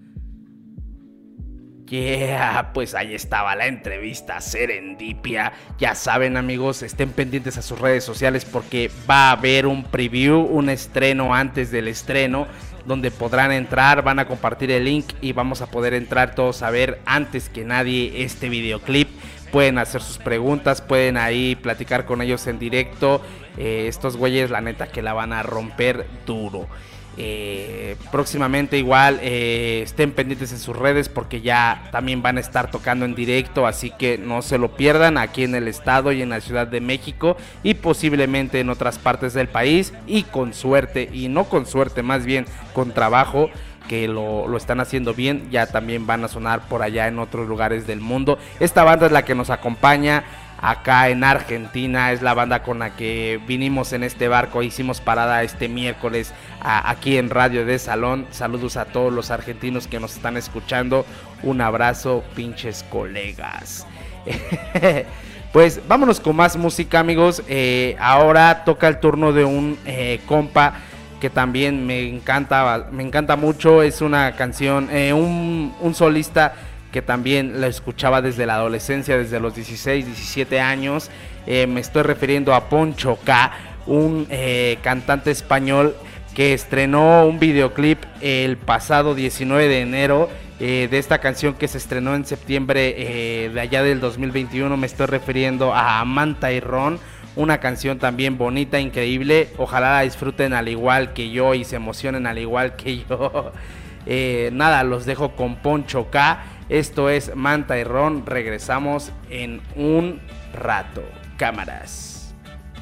Yeah, pues ahí estaba la entrevista Serendipia. Ya saben, amigos, estén pendientes a sus redes sociales porque va a haber un preview, un estreno antes del estreno, donde podrán entrar, van a compartir el link y vamos a poder entrar todos a ver antes que nadie este videoclip. Pueden hacer sus preguntas, pueden ahí platicar con ellos en directo. Estos güeyes la neta que la van a romper duro. Próximamente igual estén pendientes en sus redes porque ya también van a estar tocando en directo, así que no se lo pierdan aquí en el estado y en la Ciudad de México y posiblemente en otras partes del país, y con suerte, y no con suerte, más bien con trabajo, que lo están haciendo bien, ya también van a sonar por allá en otros lugares del mundo. Esta banda es la que nos acompaña acá en Argentina, es la banda con la que vinimos en este barco, hicimos parada este miércoles aquí en Radio de Salón. Saludos a todos los argentinos que nos están escuchando, un abrazo, pinches colegas. Pues vámonos con más música, amigos. Ahora toca el turno de un compa que también me encanta mucho. Es una canción, un solista que también lo escuchaba desde la adolescencia, desde los 16, 17 años. Me estoy refiriendo a Poncho K, un cantante español que estrenó un videoclip el pasado 19 de enero de esta canción que se estrenó en septiembre de allá del 2021. Me estoy refiriendo a Manta y Ron, una canción también bonita, increíble. Ojalá la disfruten al igual que yo y se emocionen al igual que yo. Nada, los dejo con Poncho K. Esto es Manta y Ron. Regresamos en un rato. Cámaras.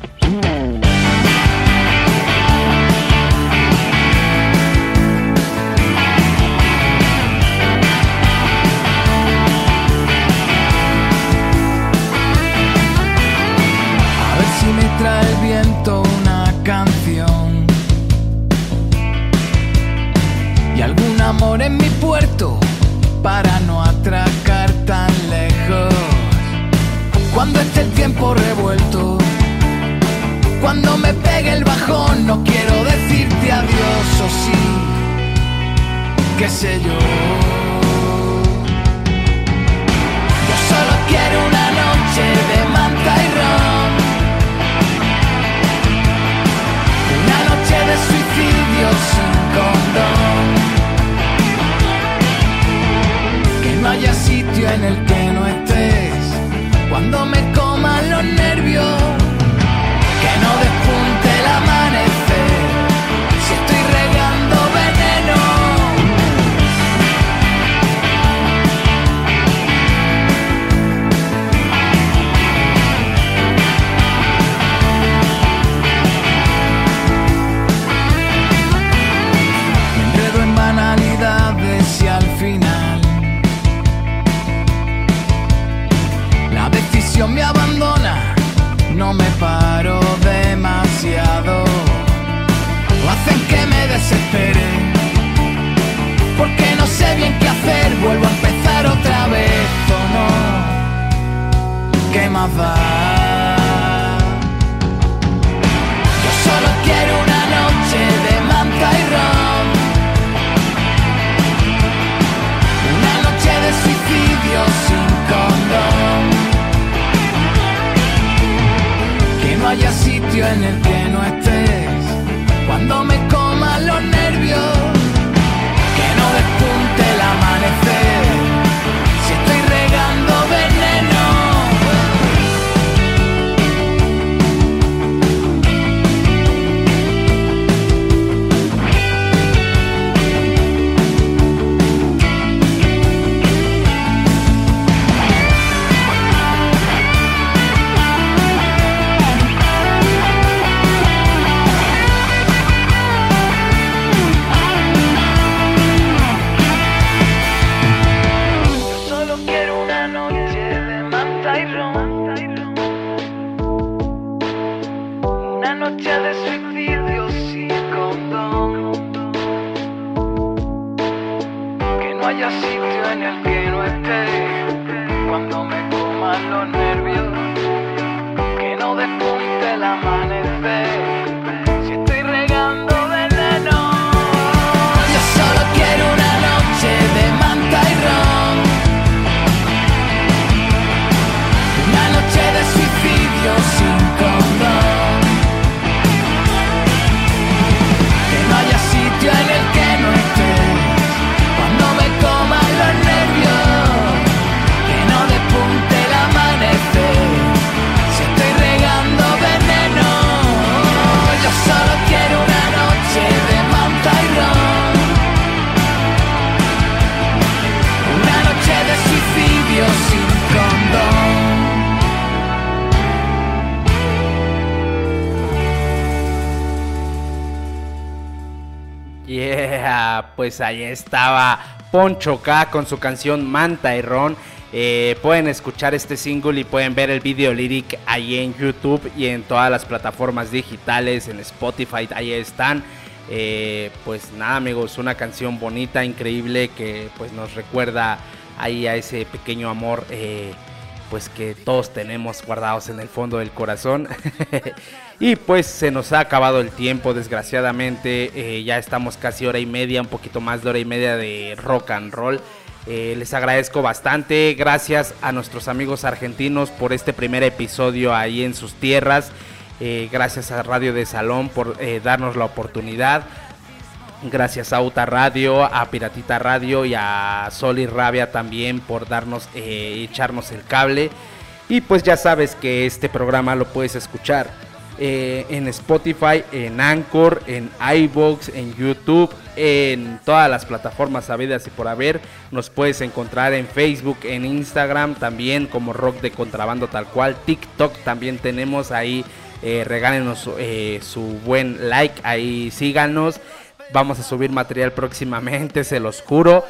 A ver si me trae el viento una canción y algún amor en mi puerto para no atracar tan lejos. Cuando esté el tiempo revuelto, cuando me pegue el bajón, no quiero decirte adiós, o sí, qué sé yo. Yo solo quiero una noche de Manta y Ron, una noche de suicidio sin condón. No haya sitio en el que no estés cuando me coman los nervios, que no despunte el amanecer si estoy regando veneno. Me enredo en banalidades y al final la decisión me abandona, no me paro demasiado, o hacen que me desespere, porque no sé bien qué hacer, vuelvo a empezar otra vez, o no, ¿qué más da? Yo solo quiero una noche de Manta y Ron, una noche de suicidio sin condón. No haya sitio en el que no estés cuando me coman los nervios, que no despunte el amanecer si estoy regando veneno. Yeah, pues ahí estaba Poncho K con su canción Manta y Ron. Pueden escuchar este single y pueden ver el video lyric ahí en YouTube y en todas las plataformas digitales, en Spotify, ahí están. Pues nada, amigos, una canción bonita, increíble, que pues nos recuerda ahí a ese pequeño amor pues que todos tenemos guardados en el fondo del corazón. Y pues se nos ha acabado el tiempo, desgraciadamente. Ya estamos casi hora y media, un poquito más de hora y media de rock and roll. Les agradezco bastante, gracias a nuestros amigos argentinos por este primer episodio ahí en sus tierras. Gracias a Radio de Salón por darnos la oportunidad. Gracias a UTA Radio, a Piratita Radio y a Sol y Rabia también por darnos, echarnos el cable. Y pues ya sabes que este programa lo puedes escuchar en Spotify, en Anchor, en iVoox, en YouTube, en todas las plataformas habidas y por haber. Nos puedes encontrar en Facebook, en Instagram también como Rock de Contrabando tal cual. TikTok también tenemos ahí, regálenos su buen like, ahí síganos. Vamos a subir material próximamente, se los juro.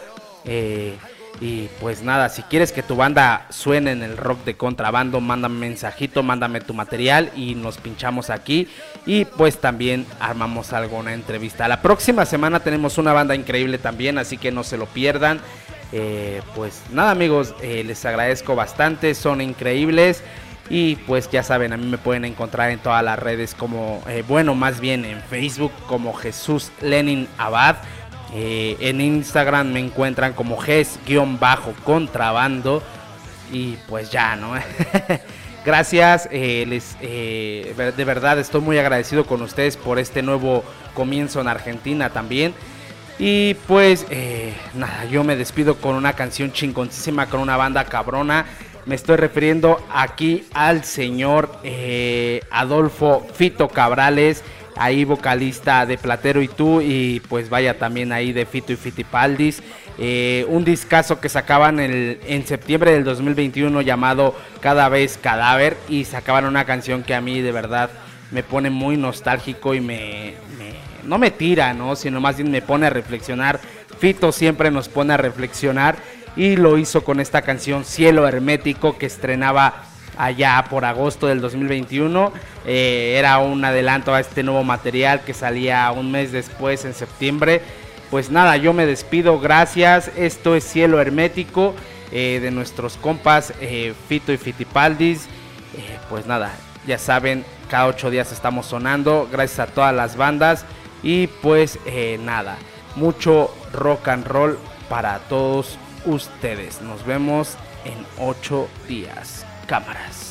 Y pues nada, si quieres que tu banda suene en el Rock de Contrabando, mándame un mensajito, mándame tu material y nos pinchamos aquí. Y pues también armamos alguna entrevista. La próxima semana tenemos una banda increíble también, así que no se lo pierdan. Pues nada, amigos, les agradezco bastante, son increíbles. Y pues ya saben, a mí me pueden encontrar en todas las redes como, más bien en Facebook como Jesús Lenin Abad. En Instagram me encuentran como Ges-Contrabando. Y pues ya, ¿no? Gracias, de verdad estoy muy agradecido con ustedes por este nuevo comienzo en Argentina también. Y pues nada, yo me despido con una canción chingoncísima, con una banda cabrona. Me estoy refiriendo aquí al señor Adolfo Fito Cabrales, ahí vocalista de Platero y Tú, y pues vaya también ahí de Fito y Fitipaldis. Un discazo que sacaban en septiembre del 2021 llamado Cada Vez Cadáver, y sacaban una canción que a mí de verdad me pone muy nostálgico y no me tira, ¿no? Sino más bien me pone a reflexionar. Fito siempre nos pone a reflexionar. Y lo hizo con esta canción Cielo Hermético, que estrenaba allá por agosto del 2021. Era un adelanto a este nuevo material que salía un mes después, en septiembre. Pues nada, yo me despido, gracias. Esto es Cielo Hermético, de nuestros compas Fito y Fitipaldis. Pues nada, ya saben, cada 8 días estamos sonando. Gracias a todas las bandas. Y pues nada, mucho rock and roll para todos ustedes. Nos vemos en 8 días. Cámaras.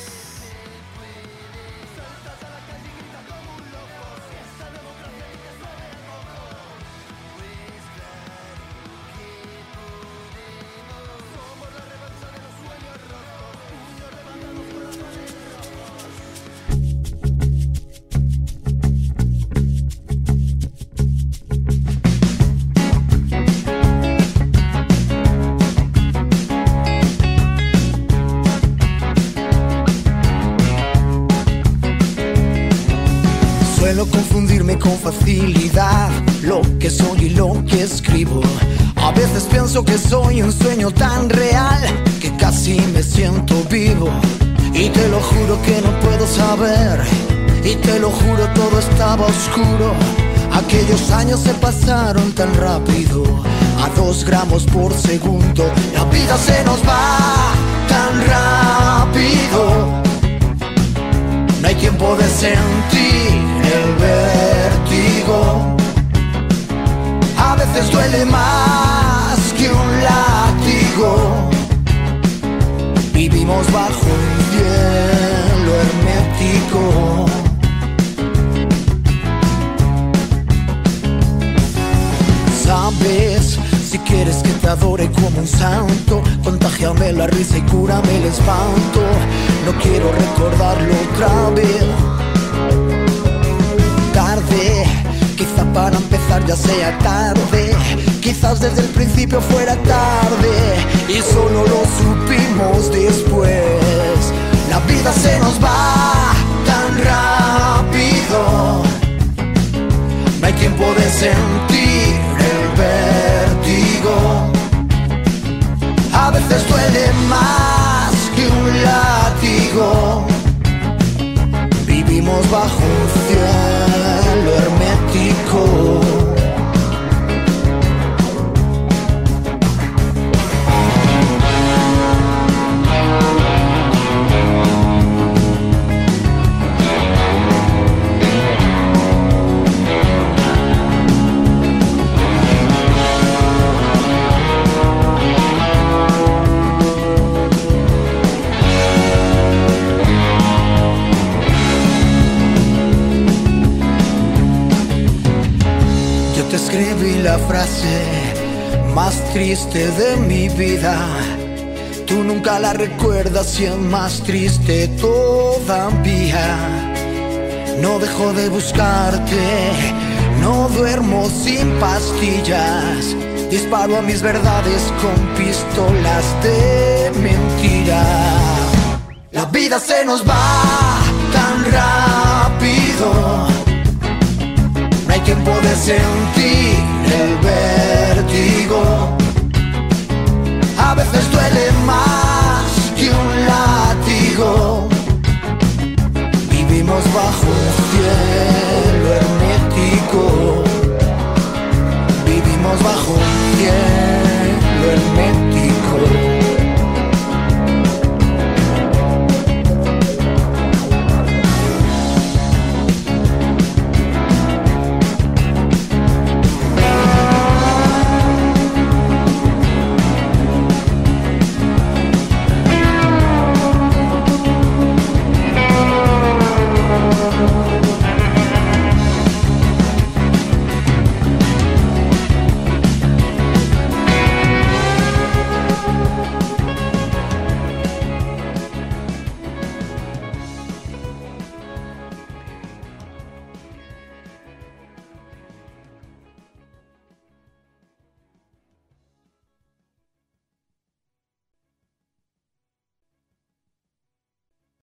Suelo confundirme con facilidad lo que soy y lo que escribo. A veces pienso que soy un sueño tan real que casi me siento vivo. Y te lo juro que no puedo saber, y te lo juro todo estaba oscuro. Aquellos años se pasaron tan rápido, a 2 gramos por segundo. La vida se nos va tan rápido. No hay tiempo de sentir el vértigo. A veces duele más que un látigo. Vivimos bajo un cielo hermético. Sabes, si quieres que te adore como un santo, contágiame la risa y cúrame el espanto. No quiero recordarlo otra vez. Tarde, quizá para empezar ya sea tarde. Quizás desde el principio fuera tarde y solo lo supimos después. La vida se nos va tan rápido. No hay tiempo de sentir el vértigo. A veces duele más que un látigo. Vivimos bajo un cielo hermético. Escribí la frase más triste de mi vida. Tú nunca la recuerdas y es más triste todavía. No dejo de buscarte, no duermo sin pastillas. Disparo a mis verdades con pistolas de mentira. La vida se nos va tan rápido. No hay tiempo de sentir el vértigo. A veces duele más que un látigo. Vivimos bajo un cielo hermético.